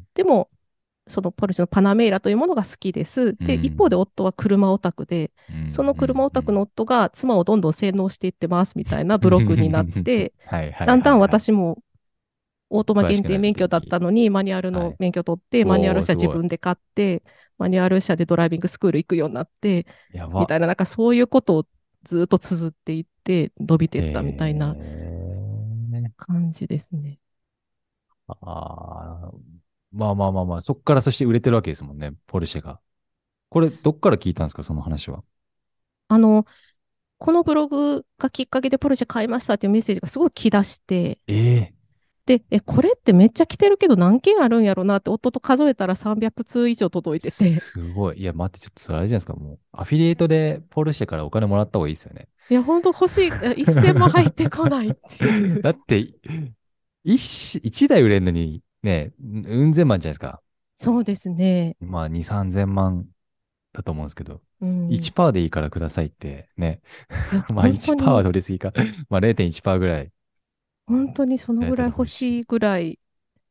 でも、そのポルシェのパナメーラというものが好きです。
う
で、一方で
ん。
夫は車オタクで、
うん。
その車オ
うん。
タクの夫が妻をどんどん洗脳していってますみたいなブログになっ
うん
て、
はいはい
だんだん
はいはい。
私もオートマ
詳しくなって
限定免許だっ
いき。
たのに、マニュアル
はい。
の免許取って、マニュアル
おー、
車
すごい。
自分で買って、マニュアル車でドライビングスクール行くようになって、
やば。
みたいな、なんかそういうことをずっと綴っていって、伸びてったみたいな
ええ、
感じですね。
ああ、まあまあまあまあ、そっからそして売れてるわけですもんね、ポルシェが。これ、どっから聞いたんですか、その話は。
あの、このブログがきっかけでポルシェ買いましたっていうメッセージがすごい来だして、
ええ、
で、え、これってめっちゃ来てるけど何件あるんやろなって夫と数えたらさんびゃく通以上届いてて、
すごい。いや、待って、ちょっとそれあれじゃないですか。もう、アフィリエイトでポルシェからお金もらった方がいいですよね。
いや、本当欲しい、えせんも入ってこないっていう。
だって、一し、一台売れるのに、ね、うん千万じゃないですか。
そうですね。
まあ、に、さんぜんまんだと思うんですけど、
うん。
いちパーセントでいいからくださいってね。
いや、
まあ、
本当
いちパーセントは
に、
取りすぎか。まあ、れいてんいちパーセントぐらい
本当にその
やった
ぐらい
ら欲しい。
欲しいぐらい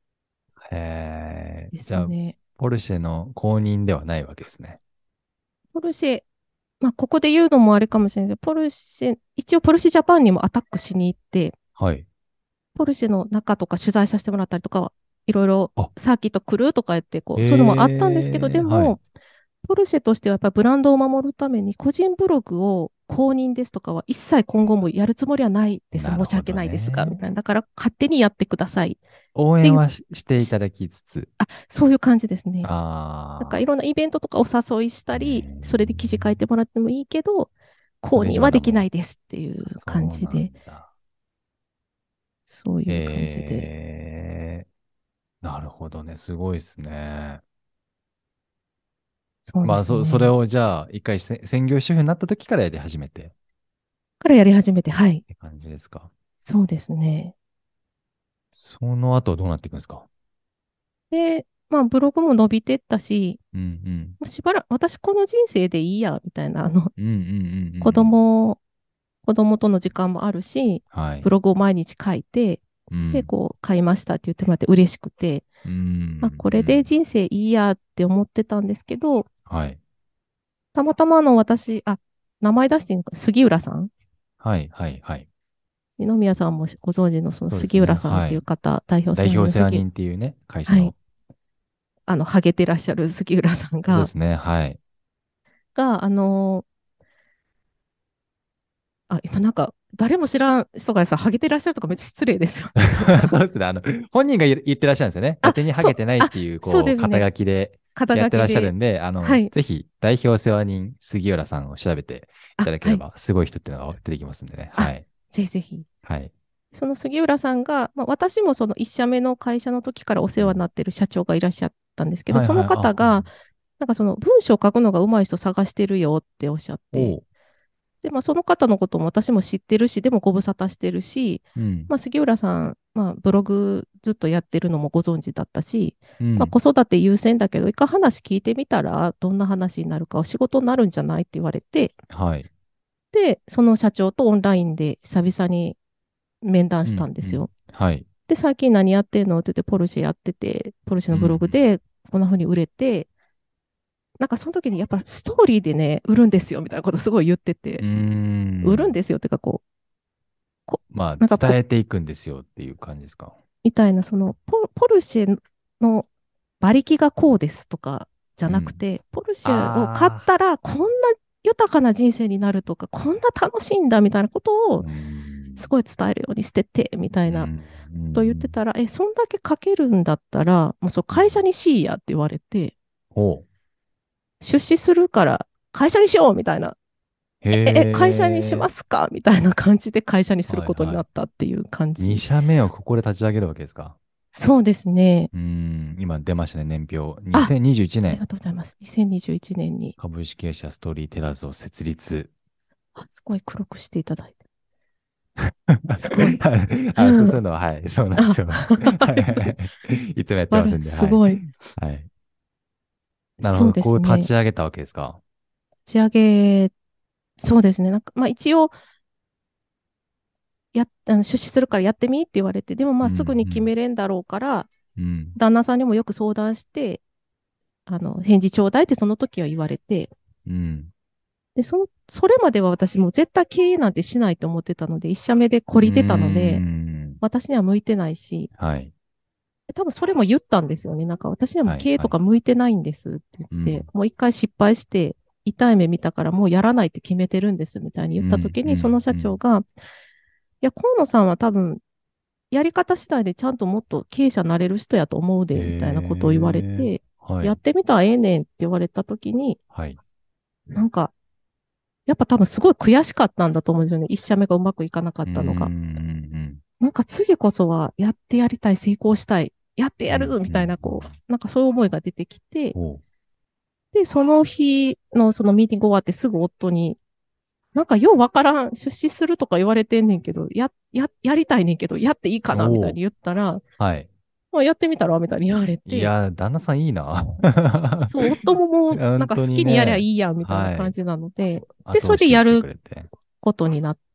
へえ。
で
じゃあ、
すね。
ポルシェの公認ではないわけですね。
ポルシェ、まあ、ここで言うのもあれかもしれないけど、ポルシェ、一応ポルシェジャパンにもアタックしに行って、
はい。
ポルシェの中とか取材させてもらったりとかは、いろいろ
あ、
サーキット来るとか言って、こう、そういうのもあったんですけど、
ええ、はい。
でも、ポルシェとしてはやっぱりブランドを守るために、個人ブログを公認ですとかは一切今後もやるつもりはないです。申し訳
なるほど
ないですが、みたい
ね。
な。だから勝手にやってくださいっていう、
応援はし、してい
し
ただきつつ。
あ、そういう感じですね。なんかい
ああ、
ろんなイベントとかお誘いし
え
たり、それで記事書いて
え、
もらってもいいけど、公
それ以上は
認はできな
ダメ。
いですっていう
あ、そうな
感じで、
んだ。
そういう感じで。
ええ、なるほどね。すごいですね。
そうで
まあ、そ、それ
すね。
をじゃあ、一回せ専業主婦になった時からやり始めてっ
からやり始めて、はい。
て感じですか。
そうですね。
その後どうなっていくんですか？
で、まあ、ブログも伸びてったし、
うんうん。
もうしばらく、私この人生でいいや、みたいな、あの、
うんうんうんうんう
子
ん。
供、子供との時間もあるし、
はい。
ブログを毎日書いて、で、
うん。
こう、買いましたって言ってもらって嬉しくて、
う
あ、
ん。
これで
うん。
人生いいやって思ってたんですけど、
はい。
たまたまあの私、あ、名前出していいのか、杉浦さん
はいはいはい。
二宮さんもご存知のその
そうですね。
杉浦さんっ
はい。
ていう方、代表
代
世話人の杉、
表世話人っていうね、会社
はい、
の。
あの、ハゲてらっしゃる杉浦さんが、
そうですね。はい。
が、あのあ、今なんか、誰も知らん人がさ、ハゲてらっしゃるとかめっちゃ失礼ですよね。なんか、
そうですね。あの、本人が言言ってらっしゃるんですよね。伊
あ、
達にハ
そう、
ゲてないっ
あ、
ていう、こう、肩
そうですね。
書きで
肩
やってらっしゃる
書きで。
んで、あの、
はい。
ぜひ、代表世話人、杉浦さんを調べてい
あ、はい。
ただければ、すごい人っていうのが出てきますんでね。は
あ、
い。
ぜひぜひ。
はい。
その杉浦さんが、まあ、私もその一社目の会社の時からお世話になってる社長がいらっしゃったんですけど、その
はいはい。あ、うん。
方が、なんかその文章を書くのが上手い人探してるよっておっしゃって、
おう。
で、まあ、その方のことも私も知ってるし、でもご無沙汰してるし、
うん。
まあ、杉浦さん、まあ、ブログずっとやってるのもご存知だったし、まあ、
うん。
子育て優先だけど、一回話聞いてみたら、どんな話になるか、お仕事になるんじゃないって言われて、
はい。
で、その社長とオンラインで久々に面談した
うん。うん。
んですよ。
はい。
で、最近何やってんのって言って、ポルシェやってて、ポルシェ
うん。
のブログ
うん。
でこんな風に売れて、なんかその時にやっぱストーリーでね、売るんですよみたいなことすごい言って
うー
て、売るん
ん。
ですよっていうかこう、こ
まあ、
なんかポ
伝えていくんですよっていう感じですか。
みたいな、そのポ、ポルシェの馬力がこうですとかじゃ
うん。
なくて、ポルシェを買っ
ああ。
たらこんな豊かな人生になるとか、こんな楽しいんだみたいなこと
うー
をす
ん。
ごい伝えるようにしてて、みたいな
うん。う
ことを言って
ん。
たら、え、そんだけ書けるんだったら、もうそう
うん。
会社にしいやって言われて、
ほう。
出資するから会社にしようみたいな。
へ
え、え会社にしま
え。
すかみたいな感じで会社にすることに
はいはい。
なったっていう感
に
じ。
社目をここで立ち上げるわけですか。
そうですね。
うーん、今出ましたね、年表。
あ、
にせんにじゅういちねん、
ありがとうございます。にせんにじゅういちねんに。
株式会社ストーリーテラーズを設立。
あ、すごい黒くしていただいて。すごい。
あ、そう、
うん
そういうのは、はい、そうなんです
あ、
よ。
あ
はい
りがとう。
はいはい。いつもや
素晴ら
ってますんで、はい。
すごい。
はい。なるほ
そう
ど。こう立
ですね。
ち上げたわけですか。
打ち上げ、そうですね。なんか、まあ一応、やっ、あの出資するからやってみって言われて、でもま
う
あすぐに決
ん、
めれんだろうから、
うん、うん、
旦那さんにもよく相談して、あの、返事ちょうだいってその時は言われて、
うん。
で、その、それまでは私も絶対経営なんてしないと思ってたので、一社目で懲
うー
りてたので、
ん。
私には向いてないし、
はい、
多分それも言ったんですよね。なんか私にはもう
はい、はい。
経営とか向いてないんですって
うん、
言って、もう一回失敗して痛い目見たからもうやらないって決めてるんですみたいに言った
うん、
時に、その
うん、うん。
社長が、いや、河野さんは多分やり方次第でちゃんともっと経営者になれる人やと思うで、みたいなことを言われ
え
て、
ー、はい、
やってみたらええねんって言われた時に、
はい。
なんか、やっぱ多分すごい悔しかったんだと思うんですよね。一社目がうまくいかなかっ
うー
たのが。
ん、
なんか次こそはやってやりたい、成功したい、やって
うん、
やるぞみ
うん、
たいな、こ
うん。
う、なんかそういう思いが出てきて、
おう、
で、その日のそのミーティング終わってすぐ夫に、なんかようわからん、出資するとか言われてんねんけど、や、や、やりたいねんけど、やっていいかなみた
おう、
いに言ったら、
はい。
まあ、やってみたらみたいに言われて、
いやー、旦那さんいいな。
そう、夫ももう、なん
本当
か好きにやりゃい
にね。
いやんみたいな
はい。
感じなので、で、そ
後
れで
押ししてく
やる
れて。
ことになって、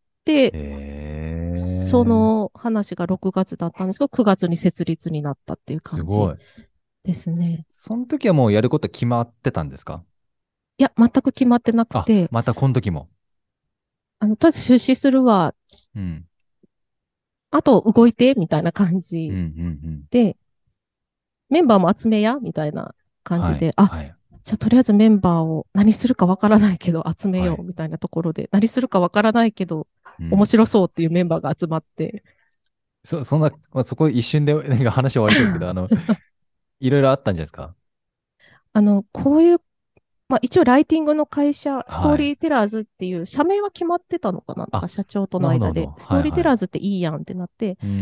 そ
えー、
の話がろくがつだったんですけど、くがつに設立になったっていう感じ
すごい。
ですね。
その時はもうやること決まってたんですか？
いや、全く決まってなく
あ、
て、
またこの時も。
あの、とりあえず出資するわ、
うん。
あと動いて、みたいな感
うん、う
じ
ん、うん。
で、メンバーも集めや、みたいな感じ
はい、
で、あ、
はい、
じゃあとりあえずメンバーを何するかわからないけど集めよう、
はい。
みたいなところで、何するかわからないけど、
うん。
面白そうっていうメンバーが集まって、
そ、そんな、まあ、そこ一瞬でなんか話終わりそうですけど、あの、いろいろあったんじゃないですか？
あの、こういう、まあ一応ライティングの会社、ストー
はい。
リーテラーズっていう、社名は決まってたのかな、なん
あ、
か社長との間で、
なるほど。
ストーリーテ
はいはい。
ラーズっていいやんってなって、
うん、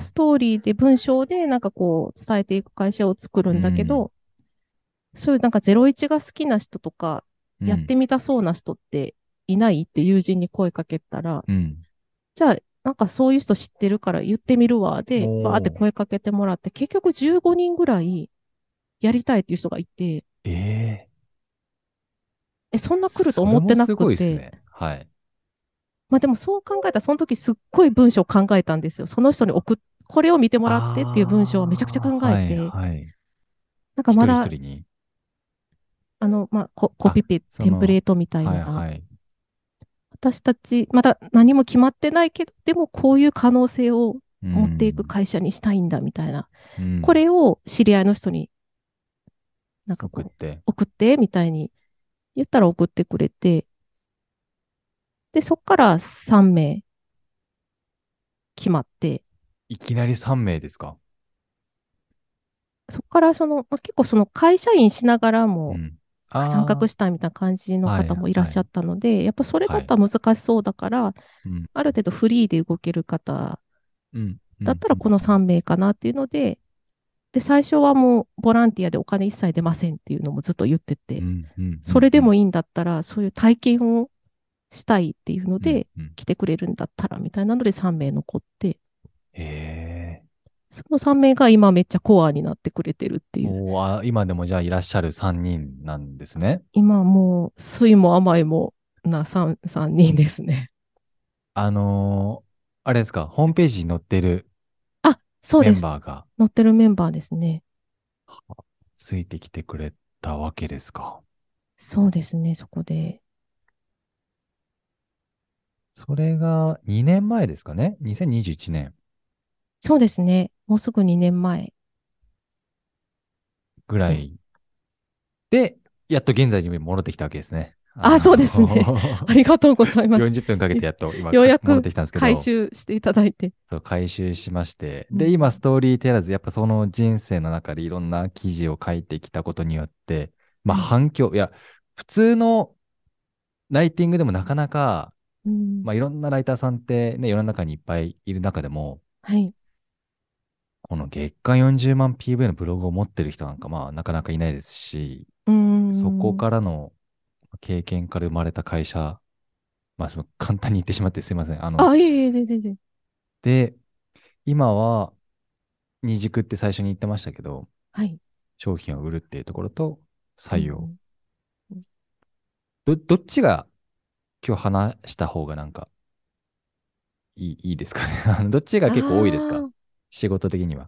ストーリーで文章でなんかこう伝えていく会社を作る
うん。う
んだけ
ん。
ど、そういうなんかゼロイチが好きな人とか、やって
うん。
みたそうな人っていないって友人に声かけたら、
うん。
じゃあ、なんかそういう人知ってるから言ってみるわ。
お
で、バーって
ー。
声かけてもらって、結局じゅうごにんぐらいやりたいっていう人がいて、
ええ、
え、そんな来ると
それ
思ってな
もす
くて、
ごいですね。はい。
まあでもそう考えたら、その時すっごい文章を考えたんですよ。その人に送っ、これを見てもらってっていう文章をめちゃくちゃ考
ああ、はい
えて、
はい。一人一
なんかまだ、
人に。
あの、まあ、ココ
あ、
ピペ、テンプレ
その、
ートみたい
はい
な、
はい。
私たち、まだ何も決まってないけど、でもこういう可能性を
う
持っていく
ん。
会社にしたいんだみたいな。
うん。
これを知り合いの人になんかこう、
送って。
送ってみたいに言ったら送ってくれて、で、そっからさん名決まって、
いきなりさん名ですか？
そっからその、まあ、結構その会社員しながらも
うん。
参画
あ
したいみたいな感じの
あ、はい
方もいらっ
はい。
しゃったので、やっぱそれだ
はい。
ったら難しそうだから、
うん。
ある程度フリーで動ける方
うん。うん。
だったらこの
うん。
さん名かなっていうので、で、最初はもうボランティアでお金一切出ませんっていうのもずっと言ってて、
うん。うん。うん。
それで
うん。
もいいんだったら、そういう体験をしたいっていうの
うん。
で、
うん。
来てくれるんだったらみたいなのでさん名残って、
へえ。
そのさん名が今めっちゃコアになってくれてるっていう。
おー、あ、今でもじゃあいらっしゃるさんにんなんですね。
今もう、酸いも甘いもなさん、さんにんですね。
あのーあれですか、ホームページに載ってる
あ、そう
メ
です。
ンバーが
乗ってるメンバーですね。
ついてきてくれたわけですか。
そうですね、そこで。
それがにねんまえですかね。にせんにじゅういちねん
そうですね。もうすぐにねんまえです。
ぐらいで、やっと現在に戻ってきたわけですね。
あ、
あ
そうですね。あ
の
りがとうございます。
よんじゅっぷんかけてやっと今か戻っ
ようやく
てきたんですけ
回
ど、
収していただいて。
そう、回収しまして。で、
うん、
今、ストーリーテラーズ、やっぱその人生の中でいろんな記事を書いてきたことによって、まあ
はい。
反響、いや、普通のライティングでもなかなか、
うん、
まあいろんなライターさんってね、世の中にいっぱいいる中でも、
はい。
この月間よんじゅうまん ピーブイ のブログを持ってる人なんかまあなかなかいないですし、
うー
そこ
ん。
からの経験から生まれた会社、まあその簡単に言ってしまってすいません。あの、
あ、いえいえ、全然全然。
で、今は二軸って最初に言ってましたけど、
はい。
商品を売るっていうところと採用。
うんうんうん。
ど、どっちが今日話した方がなんかいい、いいですかね。あのどっちが
あ
結構多いですか？
あ、
仕事的には。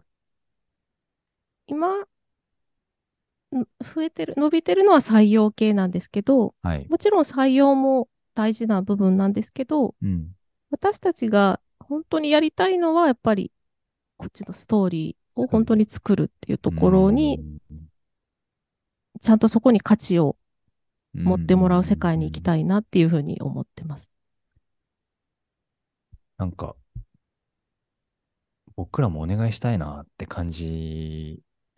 今、ん増えてる、伸びてるのは採用系なんですけど、
はい。
もちろん採用も大事な部分なんですけど、
うん。
私たちが本当にやりたいのは、やっぱりこっちのストーリーを本当
ストーリー。
に作るっていう
うー
ところに、
ん。
ちゃんとそこに価値を
うん。うん。う
持ってもらう世
ん。
界に行き
うん。
たいなっていうふうに思ってます。
なんか、僕らもお願いしたいなって感じ。い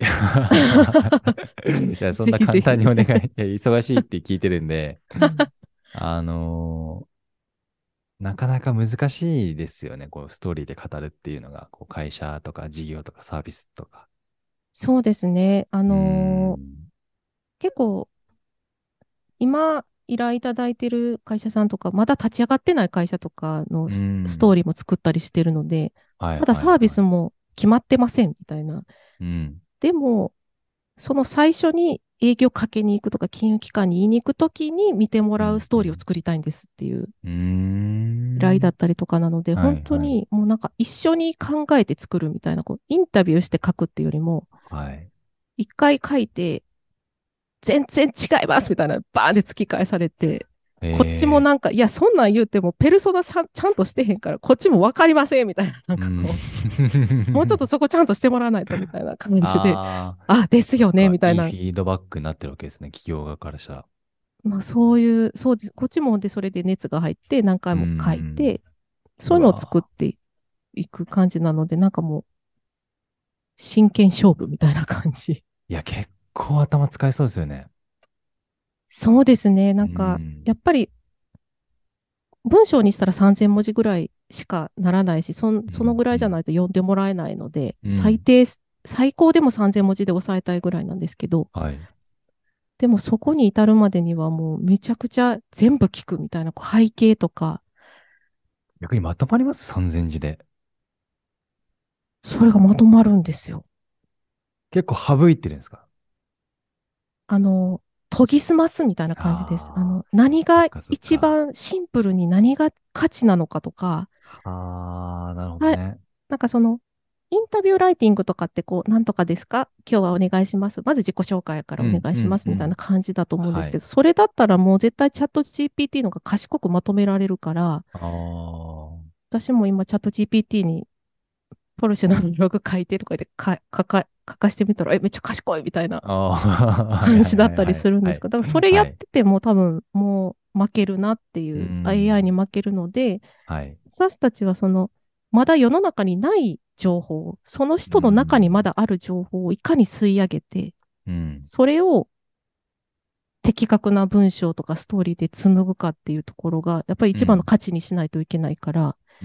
や、そん
ぜ
な
ひぜひ。
簡単にお願い。いや、忙しいって聞いてるんで、あのーなかなか難しいですよね。こう、ストーリーで語るっていうのが、こう、会社とか事業とかサービスとか。
そうですね。あ
うー
のー
ん。
結構今依頼いただいてる会社さんとか、まだ立ち上がってない会社とかの
うー
スストー
ん。
リーも作ったりしてるので、
はい
まだサービ
はいはい。
スも決まってませんみたいな。
うん。
でも、その最初に営業かけに行くとか、金融機関に言いに行くときに見ても
うん。
らうストーリーを
うん。
作りたいんですっていう
うー
依頼だ
ん。
ったりとかなので、本当
はいはい。
にもうなんか一緒に考えて作るみたいな、こうインタビューして書くっていうよりも、
はい。
一回書いて、全然違いますみたいな、バーンで突き返されて、こっちも
え
なんか、いや、そんなん言うても、ペルソナちゃんちゃんとしてへんから、こっちもわかりませんみたいな、なん
ー。うん。
かこう、もうちょっとそこちゃんとしてもらわないとみたいな感じで、
ああ、
あ、ですよね、
そっか。
みたいな。
いいフィードバックになってるわけですね。企業側からしたら。
まあそういう、そうです。こっちもでそれで熱が入って何回
うー
も書い
ん。
て、そういうのを作っ
うわ
ていく感じなので、なんかもう真剣勝負みたいな感じ。
ー。いや、結構頭使いそうですよね。
そうですね。な
うー
んか、
ん。
やっぱり文章にしたらさんぜん文字ぐらいしかならないし、そん、
うん。
そのぐらいじゃ
うん。
ないと読んでもらえないので、
うん。
最低、最高でもさんぜん文字で抑えたいぐらいなんですけど、
はい。
でもそこに至るまでにはもうめちゃくちゃ全部聞くみたいな、こう背景とか、
逆にまとまります？ さんぜん 字で。
それがまとまるんですよ。
結構省いてるんですか？
あの、研ぎ澄ますみたいな感じです。あ
ああ
の、何
ー、そっ
が
かそっか。
一番シンプルに何が価値なのかとか、
ああ、なるほど
はい、
ね。
なんかその、インタビューライティングとかって、こう、なんとかですか今日はお願いします。まず自己紹介からお願
うん、うん、
いしますみたいな
うん。
感じだと思うんで
はい。
すけど、それだったらもう絶対チャット ジーピーティー の方が賢くまとめられるから、
ああ、
私も今チャット ジーピーティー にポルシェのブログ書いてとか言ってか書か書かしてみたら、え、めっちゃ賢いみたいな
ああ、はいはい
感じだったり
はいはい。
するんですか。
はい。
だからそれや
はい。
ってても多分もう負けるなって
うー
いう、エーアイ に
ん。
負けるので、
はい。
私たちはその、まだ世の中にない情報、その
うー
人の中にま
ん。
だある情報をいかに吸い上げて、
うん。
それを的確な文章とかストーリーで紡ぐかっていうところが、やっぱり一番の
うん。
価値にしないといけないから、
うん。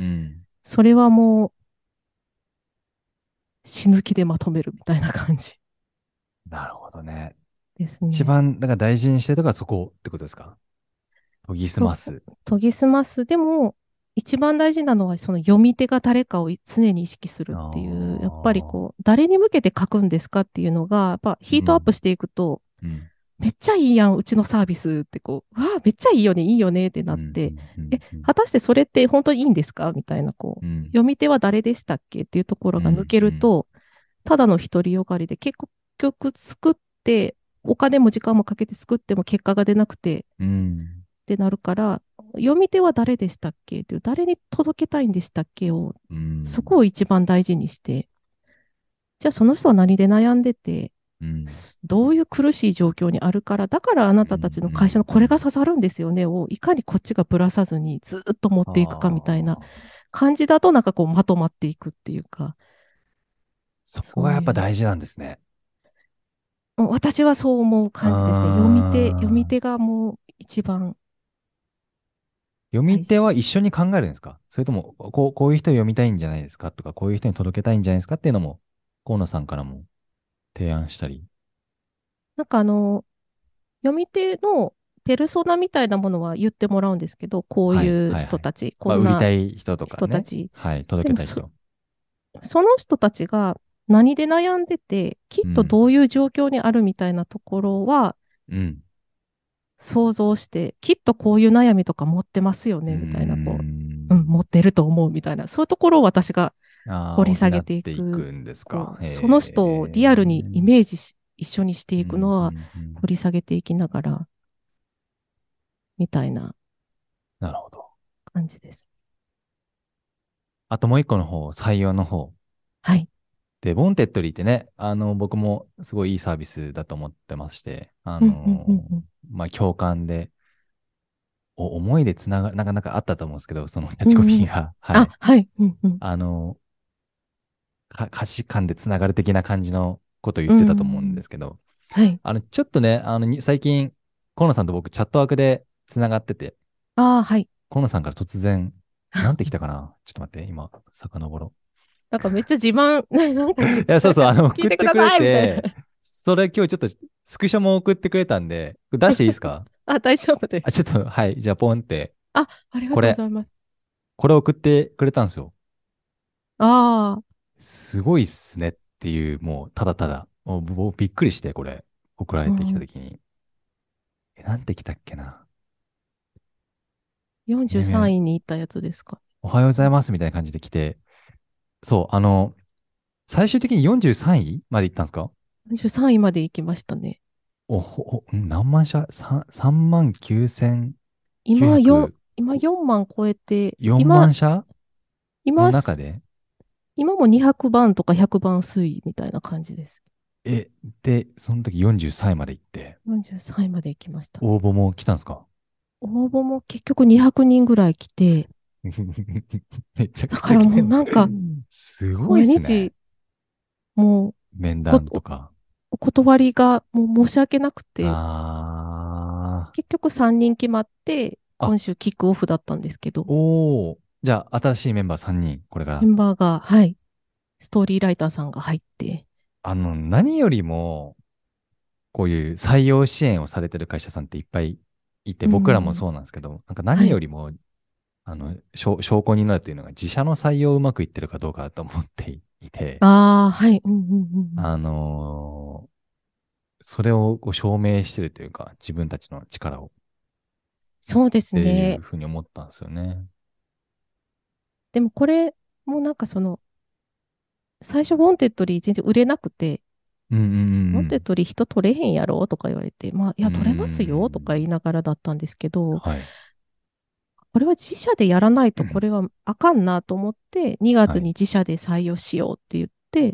それはもう死ぬ気でまとめるみたいな感じ
なるほどね。
ですね。
一番、だから大事にしてるのがそこってことですか？研ぎ澄
そう、
ます。
研ぎ澄ます。でも、一番大事なのは、その読み手が誰かを常に意識する
あ
っていう、やっぱり
あ。
こう、誰に向けて書くんですかっていうのが、やっぱヒートアップ
うん。
していくと、
うん。
めっちゃいいやん、うちのサービスってこう、わあ、めっちゃいいよね、いいよねって
うん。う
なって、
ん。う
え、
ん。うん。
果たしてそれって本当にいいんですかみたいな、こう、
うん。
読み手は誰でしたっけっていうところが抜
うん。うん。
けると、ただの独りよがりで、結局作って、お金も時間もかけて作っても結果が出なくて
うん。
ってなるから、読み手は誰でしたっけっていう、誰に届けたいんでしたっけを、
うん。
そこを一番大事にして、じゃあその人は何で悩んでて、
うん。
どういう苦しい状況にあるから、だからあな
うん。
たたちの
うん。
会社のこれが刺さるんですよねを、いかにこっちがぶらさずにずっと持っていくかみたいな
ああ。
感じだと、なんかこうまとまっていくっていうか、
そこがやっ
そういう、
ぱ大事なんですね。
私はそう思う
うー
感じですね。読み手、読み
ん。
手がもう一番
読み手
大事。
は一緒に考えるんですか？それとも、こう、こういう人読みたいんじゃないですかとか、こういう人に届けたいんじゃないですかっていうのも。 河野さんからも提案したり。
なんかあの、読み手のペルソナみたいなものは言ってもらうんですけど、こう
はい、
いう
はい、はい。
人たち、こ
まあ、売りた
んな
い人とかね。
人たち。
はい、届
でもそ、
けたい人。
その人たちが何で悩んでて、きっ
うん、
とどういう状況にあるみたいなところは
うん。
想像して、きっとこういう悩みとか持ってますよ
うー
ね、みたいな、こう、うん、
ん。
持ってると思うみたいな、そういうところを私が
ああ、補
掘り下げてい
ってい
く、
くんですか。
こう、その人をリアル
へえ。
にイメージし、一緒にしていくの
うん、う
は
ん、うん。
掘り下げていきながら、みたいな
なるほど。
感じです。
あともう一個の方、採用の方。
はい。
で、ボンテッドリーってね、あの、僕もすごいいいサービスだと思ってまして、あ
うん、うん、うん、
の、
うん。
まあ、共感で、お思いでつなが、なかなかあったと思うんですけど、そのキャッチコ
うんうん、
ピーが、は
あ、
い。
はい。うん、うん。
あの、か価値観でつながる的な感じのことを言
う
ってたと思うんで
ん。
すけど、
はい。
あの、ちょっとね、あの、に最近、河野さんと僕チャットワークでつながってて、
ああ、はい。
河野さんから突然、なんて来たかなちょっと待って、今、遡ろ
なんかめっちゃ自慢、なんか
う。
し、
いや、そうそう、
なんか
あの、
聞い
送ってくれ
てくださいみたいな。
て、それ今日ちょっとスクショも送ってくれたんで、これ出していいですか？
あ、大丈夫で
あ、
す。
ちょっと、はい、じゃあポンって、
あ、ありが
これ、
とうございます。
これ送ってくれたんですよ。
ああ、
すごいっすねっていう、もう、ただただ、もう、僕びっくりして、これ、送られてきた
うん、
ときに。え、なんて来たっけな。
43
ねめ
位に行ったやつですか？
おはようございますみたいな感じで来て、そう、あの、最終的によんじゅうさんいまで行ったんですか？
よんじゅうさんいまで行きましたね。
お、ほ、ん何万社？ さん、さんまん
今よん、
きゅうせんきゅうひゃく
今よんまん超えて、
よんま
今、
ん社の
今、
中で、
今もにひゃくばんとかひゃくばん推移みたいな感じです。
え、で、その時よんじゅうさんいまで行って、
よんじゅうさんいまで行きましたね。
応募も来たんですか？
応募も結局にひゃくにんぐらい来て、
めちゃく
だからもう
ちゃ来てんの。
なんか、
すごいっすね。
毎日、もう、
面
こ、お
談とか。
お断りがもう申し訳なくて、
あ
結局さんにん決まって、
ー。あ、
今週キックオフだったんですけど、
おー。じゃあ、新しいメンバーさんにん、これか
メ
ら。
ンバーが、はい、ストーリーライターさんが入って、
あの、何よりも、こういう採用支援をされてる会社さんっていっぱいいて、
うん、
僕らもそうなんですけど、なんか
はい。
何よりも、あの、証証拠になるというのが自社の採用うまくいってるかどうかだと思っていて、
ああ、はい、うんうんうんうん。
あのーそれをこう証明してるというか、自分たちの力をっ
そうです
てい
ね。
うふうに思ったんですよね。
でもこれもなんかその、最初ウォンテッドリー全然売れなくて、
うんうん
ウォンテッドリー人取れへんやろとか言われて、まあ、い
うんうん。
や、
うー
取れますよとか言い
ん。
ながらだったんですけど、
はい。
これは自社でやらないとこれはあかんなと思って、2月に
はい。
自社で採用しようって言って、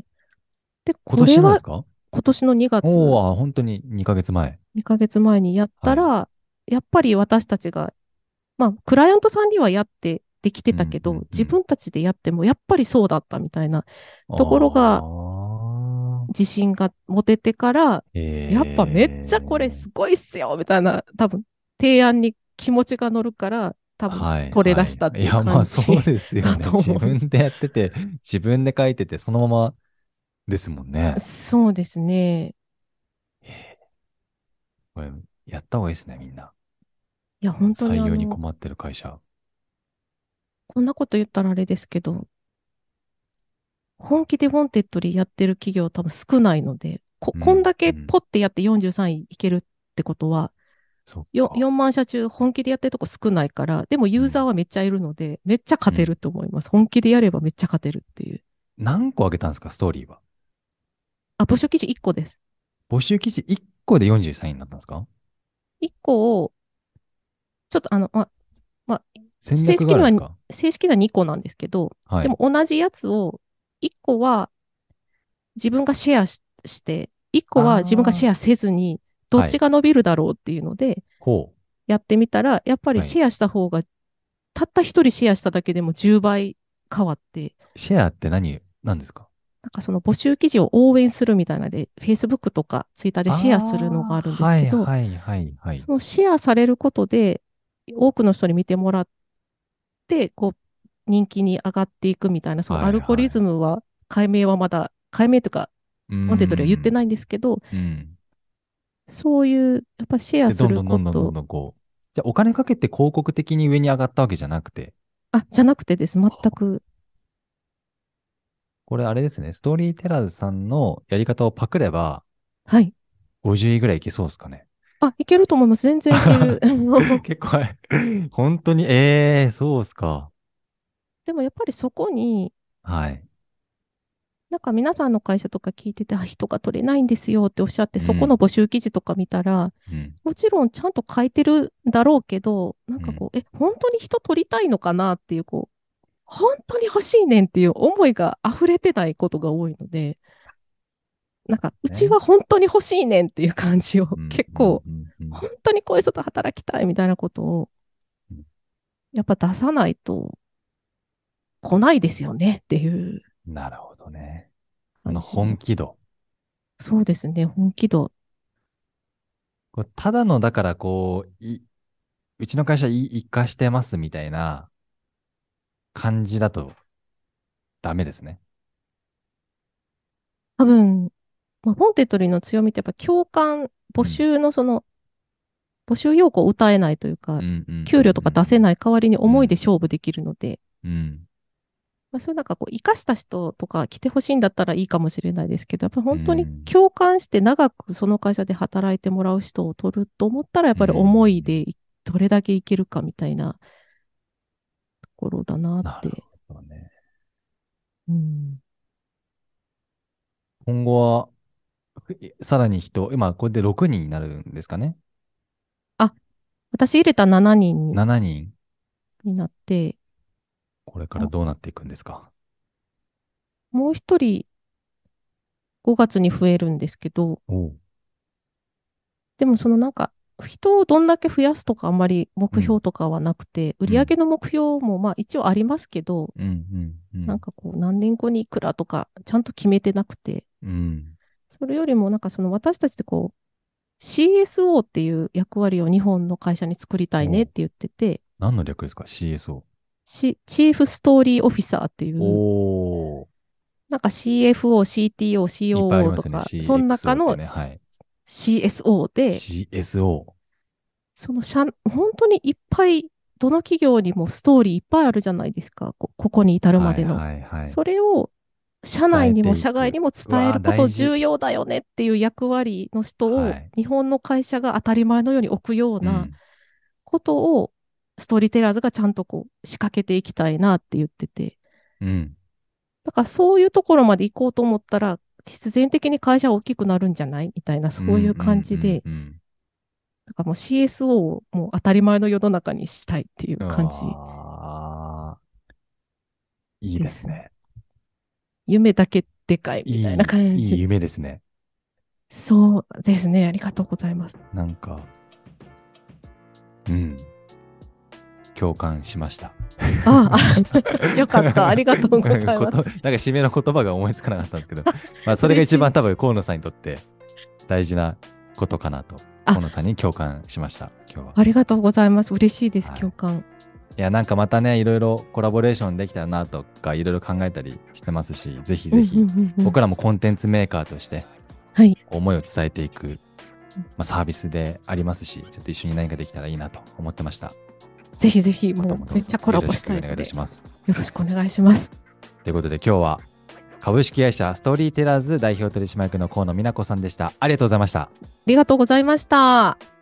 で、
今
これは
年のですか？
今年の2月、
おおー、あ、本当ににかげつまえ。
にかげつまえにやった
はい。
ら、やっぱり私たちが、まあ、クライアントさんにはやってできて
うん
たけど、
うんうん。
自分たちでやってもやっぱりそうだったみたいなところが
あ
自信が持ててから、
あ。
やっぱめっちゃこれ
えー。
すごいっすよみたいな、多分提案に気持ちが乗るから、多分
はい
取れ
はい。
出したっていう
いや、まあそう
感じ
ですよ
だ
ね。
と思う。
自分でやってて、自分で書いてて、そのままですもんね。
そうですね。
これ、やった方がいいですね、みんな。
いや、本当に
採用に
あの、
困ってる会社。
こんなこと言ったらあれですけど、本気でウォンテッドリーやってる企業多分少ないので、こ、
うん、
こんだけ
うん。
ポッてやってよんじゅうさんいいけるってことは、よ
そっか。
よんまん社中本気でやってるとこ少ないから、でもユーザー
うん。
はめっちゃいるので、めっちゃ勝てる
うん。
と思います。本気でやればめっちゃ勝てるっていう。
何個あげたんですか、ストーリーは。
あ、募集記事いっこです。
募集記事いっこでよんじゅうさんいになったんですか？
いっこを、ちょっとあの、ま、まあ、
戦
正式には、
略があるんですか？
正式にはにこなんですけど、
はい。
でも同じやつを、いっこは自分がシェアし、して、いっこは自分がシェ
あ
アせずに、
あ、はい。
どっちが伸びるだろうっていうので、
ほう。
やってみたら、やっぱり
はい。
シェアした方が、たった一人シェアしただけでもじゅうばい変わって、
シェアって何、何ですか？
なんかその募集記事を応援するみたいなので、Facebook とか Twitter でシェアするのが
ああー、
あるんです
はい
けど、
はいはいはい。
そのシェアされることで、多くの人に見てもらって、こう、人気に上がっていくみたいな、その
は
アルゴリ
いはい。
ズムは、解明はまだ解明とか、
ウ
ウォンテッドリーは言って
い。
ないんですけど、
うん。
そういう、やっぱシェア
で、
する
どんどんどんどんどん
こと、
どんこう。じゃあ、お金かけて広告的に上に上がったわけじゃなくて、
あ、じゃなくてです、全く、
これあれですね、ストーリーテラーズさんのやり方をパクれば、
はい。
ごじゅういぐらいいけそうですかね。
あ、いけると思います。全然いける。
結構、本当に、ええー、そうっすか。
でもやっぱりそこに、
はい。
なんか皆さんの会社とか聞いてて、あ、人が取れないんですよっておっしゃって、そこの
うん。
募集記事とか見たら、
うん。
もちろんちゃんと書いてるんだろうけど、なん
うん。
かこう、え、本当に人取りたいのかなっていう、こう、本当に欲しいねんっていう思いが溢れてないことが多いので、なんか、うち
ね。
は本当に欲しいねんっていう感じを
うん。うん。
結構、
うん。うん。
本当にこういう人と働きたいみたいなことを、やっぱ出さないと来ないですよねっていう
なるほどね。この
感じの。
本気度。
そうですね、本気度。
これただの、だからこう、い、うちの会社い生かしてますみたいな感じだとダメですね。
多分、まあ、ポンテッドリーの強みってやっぱ共感、募
うん。
集のその、募集要項を歌えないというか、
うん。うん。う
給料とか出せ
ん。
ない代わりに
うん。うん。
思いで勝負できるので、
うん。
まあ、そういうなんかこう、生かした人とか来てほしいんだったらいいかもしれないですけど、やっぱり
う
本当に
ん。
共感して長くその会社で働いてもらう人を取ると思ったら、やっ
う
ぱり思い
ん。
でどれだけいけるかみたいなところだなっ
なる
て。
ほどね。
うん。
今後は、ふさらに人、今これでろくにんになるんですかね。
あ、私入れたしちにんに
しちにん。
になって、
これから
あ、
どうなっていくんですか？
もう一人ごがつに増えるんですけど、
おう。
でもそのなんか、人をどんだけ増やすとかあんまり目
うん。
標とかはなくて、売
うん。
上の目標もまあ一応ありますけど、
うん。うん。うん。
なんかこう何年後にいくらとかちゃんと決めてなくて、
うん。
それよりもなんかその私たちってこう シーエスオー っていう役割を日本の会社に作りたいね
おう。
って言ってて、
何の略ですか？ シーエスオー。
チチーフストーリーオフィサーっていう、
おー。
なんか シーエフオー、シーティーオー、
いっぱいあり
シーオーオー
ますね。
とか、その中
シーエックスオー って
の
ね。はい。
シーエスオー で、
シーエスオー。
その社、本当にいっぱい、どの企業にもストーリーいっぱいあるじゃないですか。こ、ここに至るま
はい
での。
はいはい。
それを社内
伝え
にも
ていく。
社外にも
うわー、
伝えること
大事。
重要だよねっていう役割の人を
はい。
日本の会社が当たり前のように置くような
うん。
ことをストーリーテラーズがちゃんとこう仕掛けていきたいなって言ってて。
うん。
だからそういうところまで行こうと思ったら必然的に会社大きくなるんじゃないみたいな
うん。う
そういう感じ
ん。
で、
うん。
なんかもう シーエスオー をもう当たり前の世の中にしたいっていう
うん。
感じ
ああ、いい
です。
ですね。
夢だけでかいみたいな
いい、いい
感じ。
夢ですね。
そうですね。ありがとうございます。
なんか、うん。共感しました。
ああ、よかった。ありがとうございます。
ことなんか締めの言葉が思いつかなかったんですけど、まあそれが
嬉しい。
一番多分河野さんにとって大事なことかなと、
あ、
河野さんに共感しました、今日は。
ありがとうございます。嬉しいです。
はい。
共感。
いや、なんかまたね、いろいろコラボレーションできたらなとか、いろいろ考えたりしてますし、ぜひ
うんう
ぜひ、
んうんうん。
僕らもコンテンツメーカーとして
はい。
思いを伝えていく、まあ、サービスでありますし、ちょっと一緒に何かできたらいいなと思ってました。
ぜひぜひ、
また
もう
もどうぞ
めっちゃコラボ
よろしくお願いいた
したいので、
します。
よろしくお願いします。
ということで今日は株式会社ストーリーテラーズ代表取締役の河野美奈子さんでした。ありがとうございました。
ありがとうございました。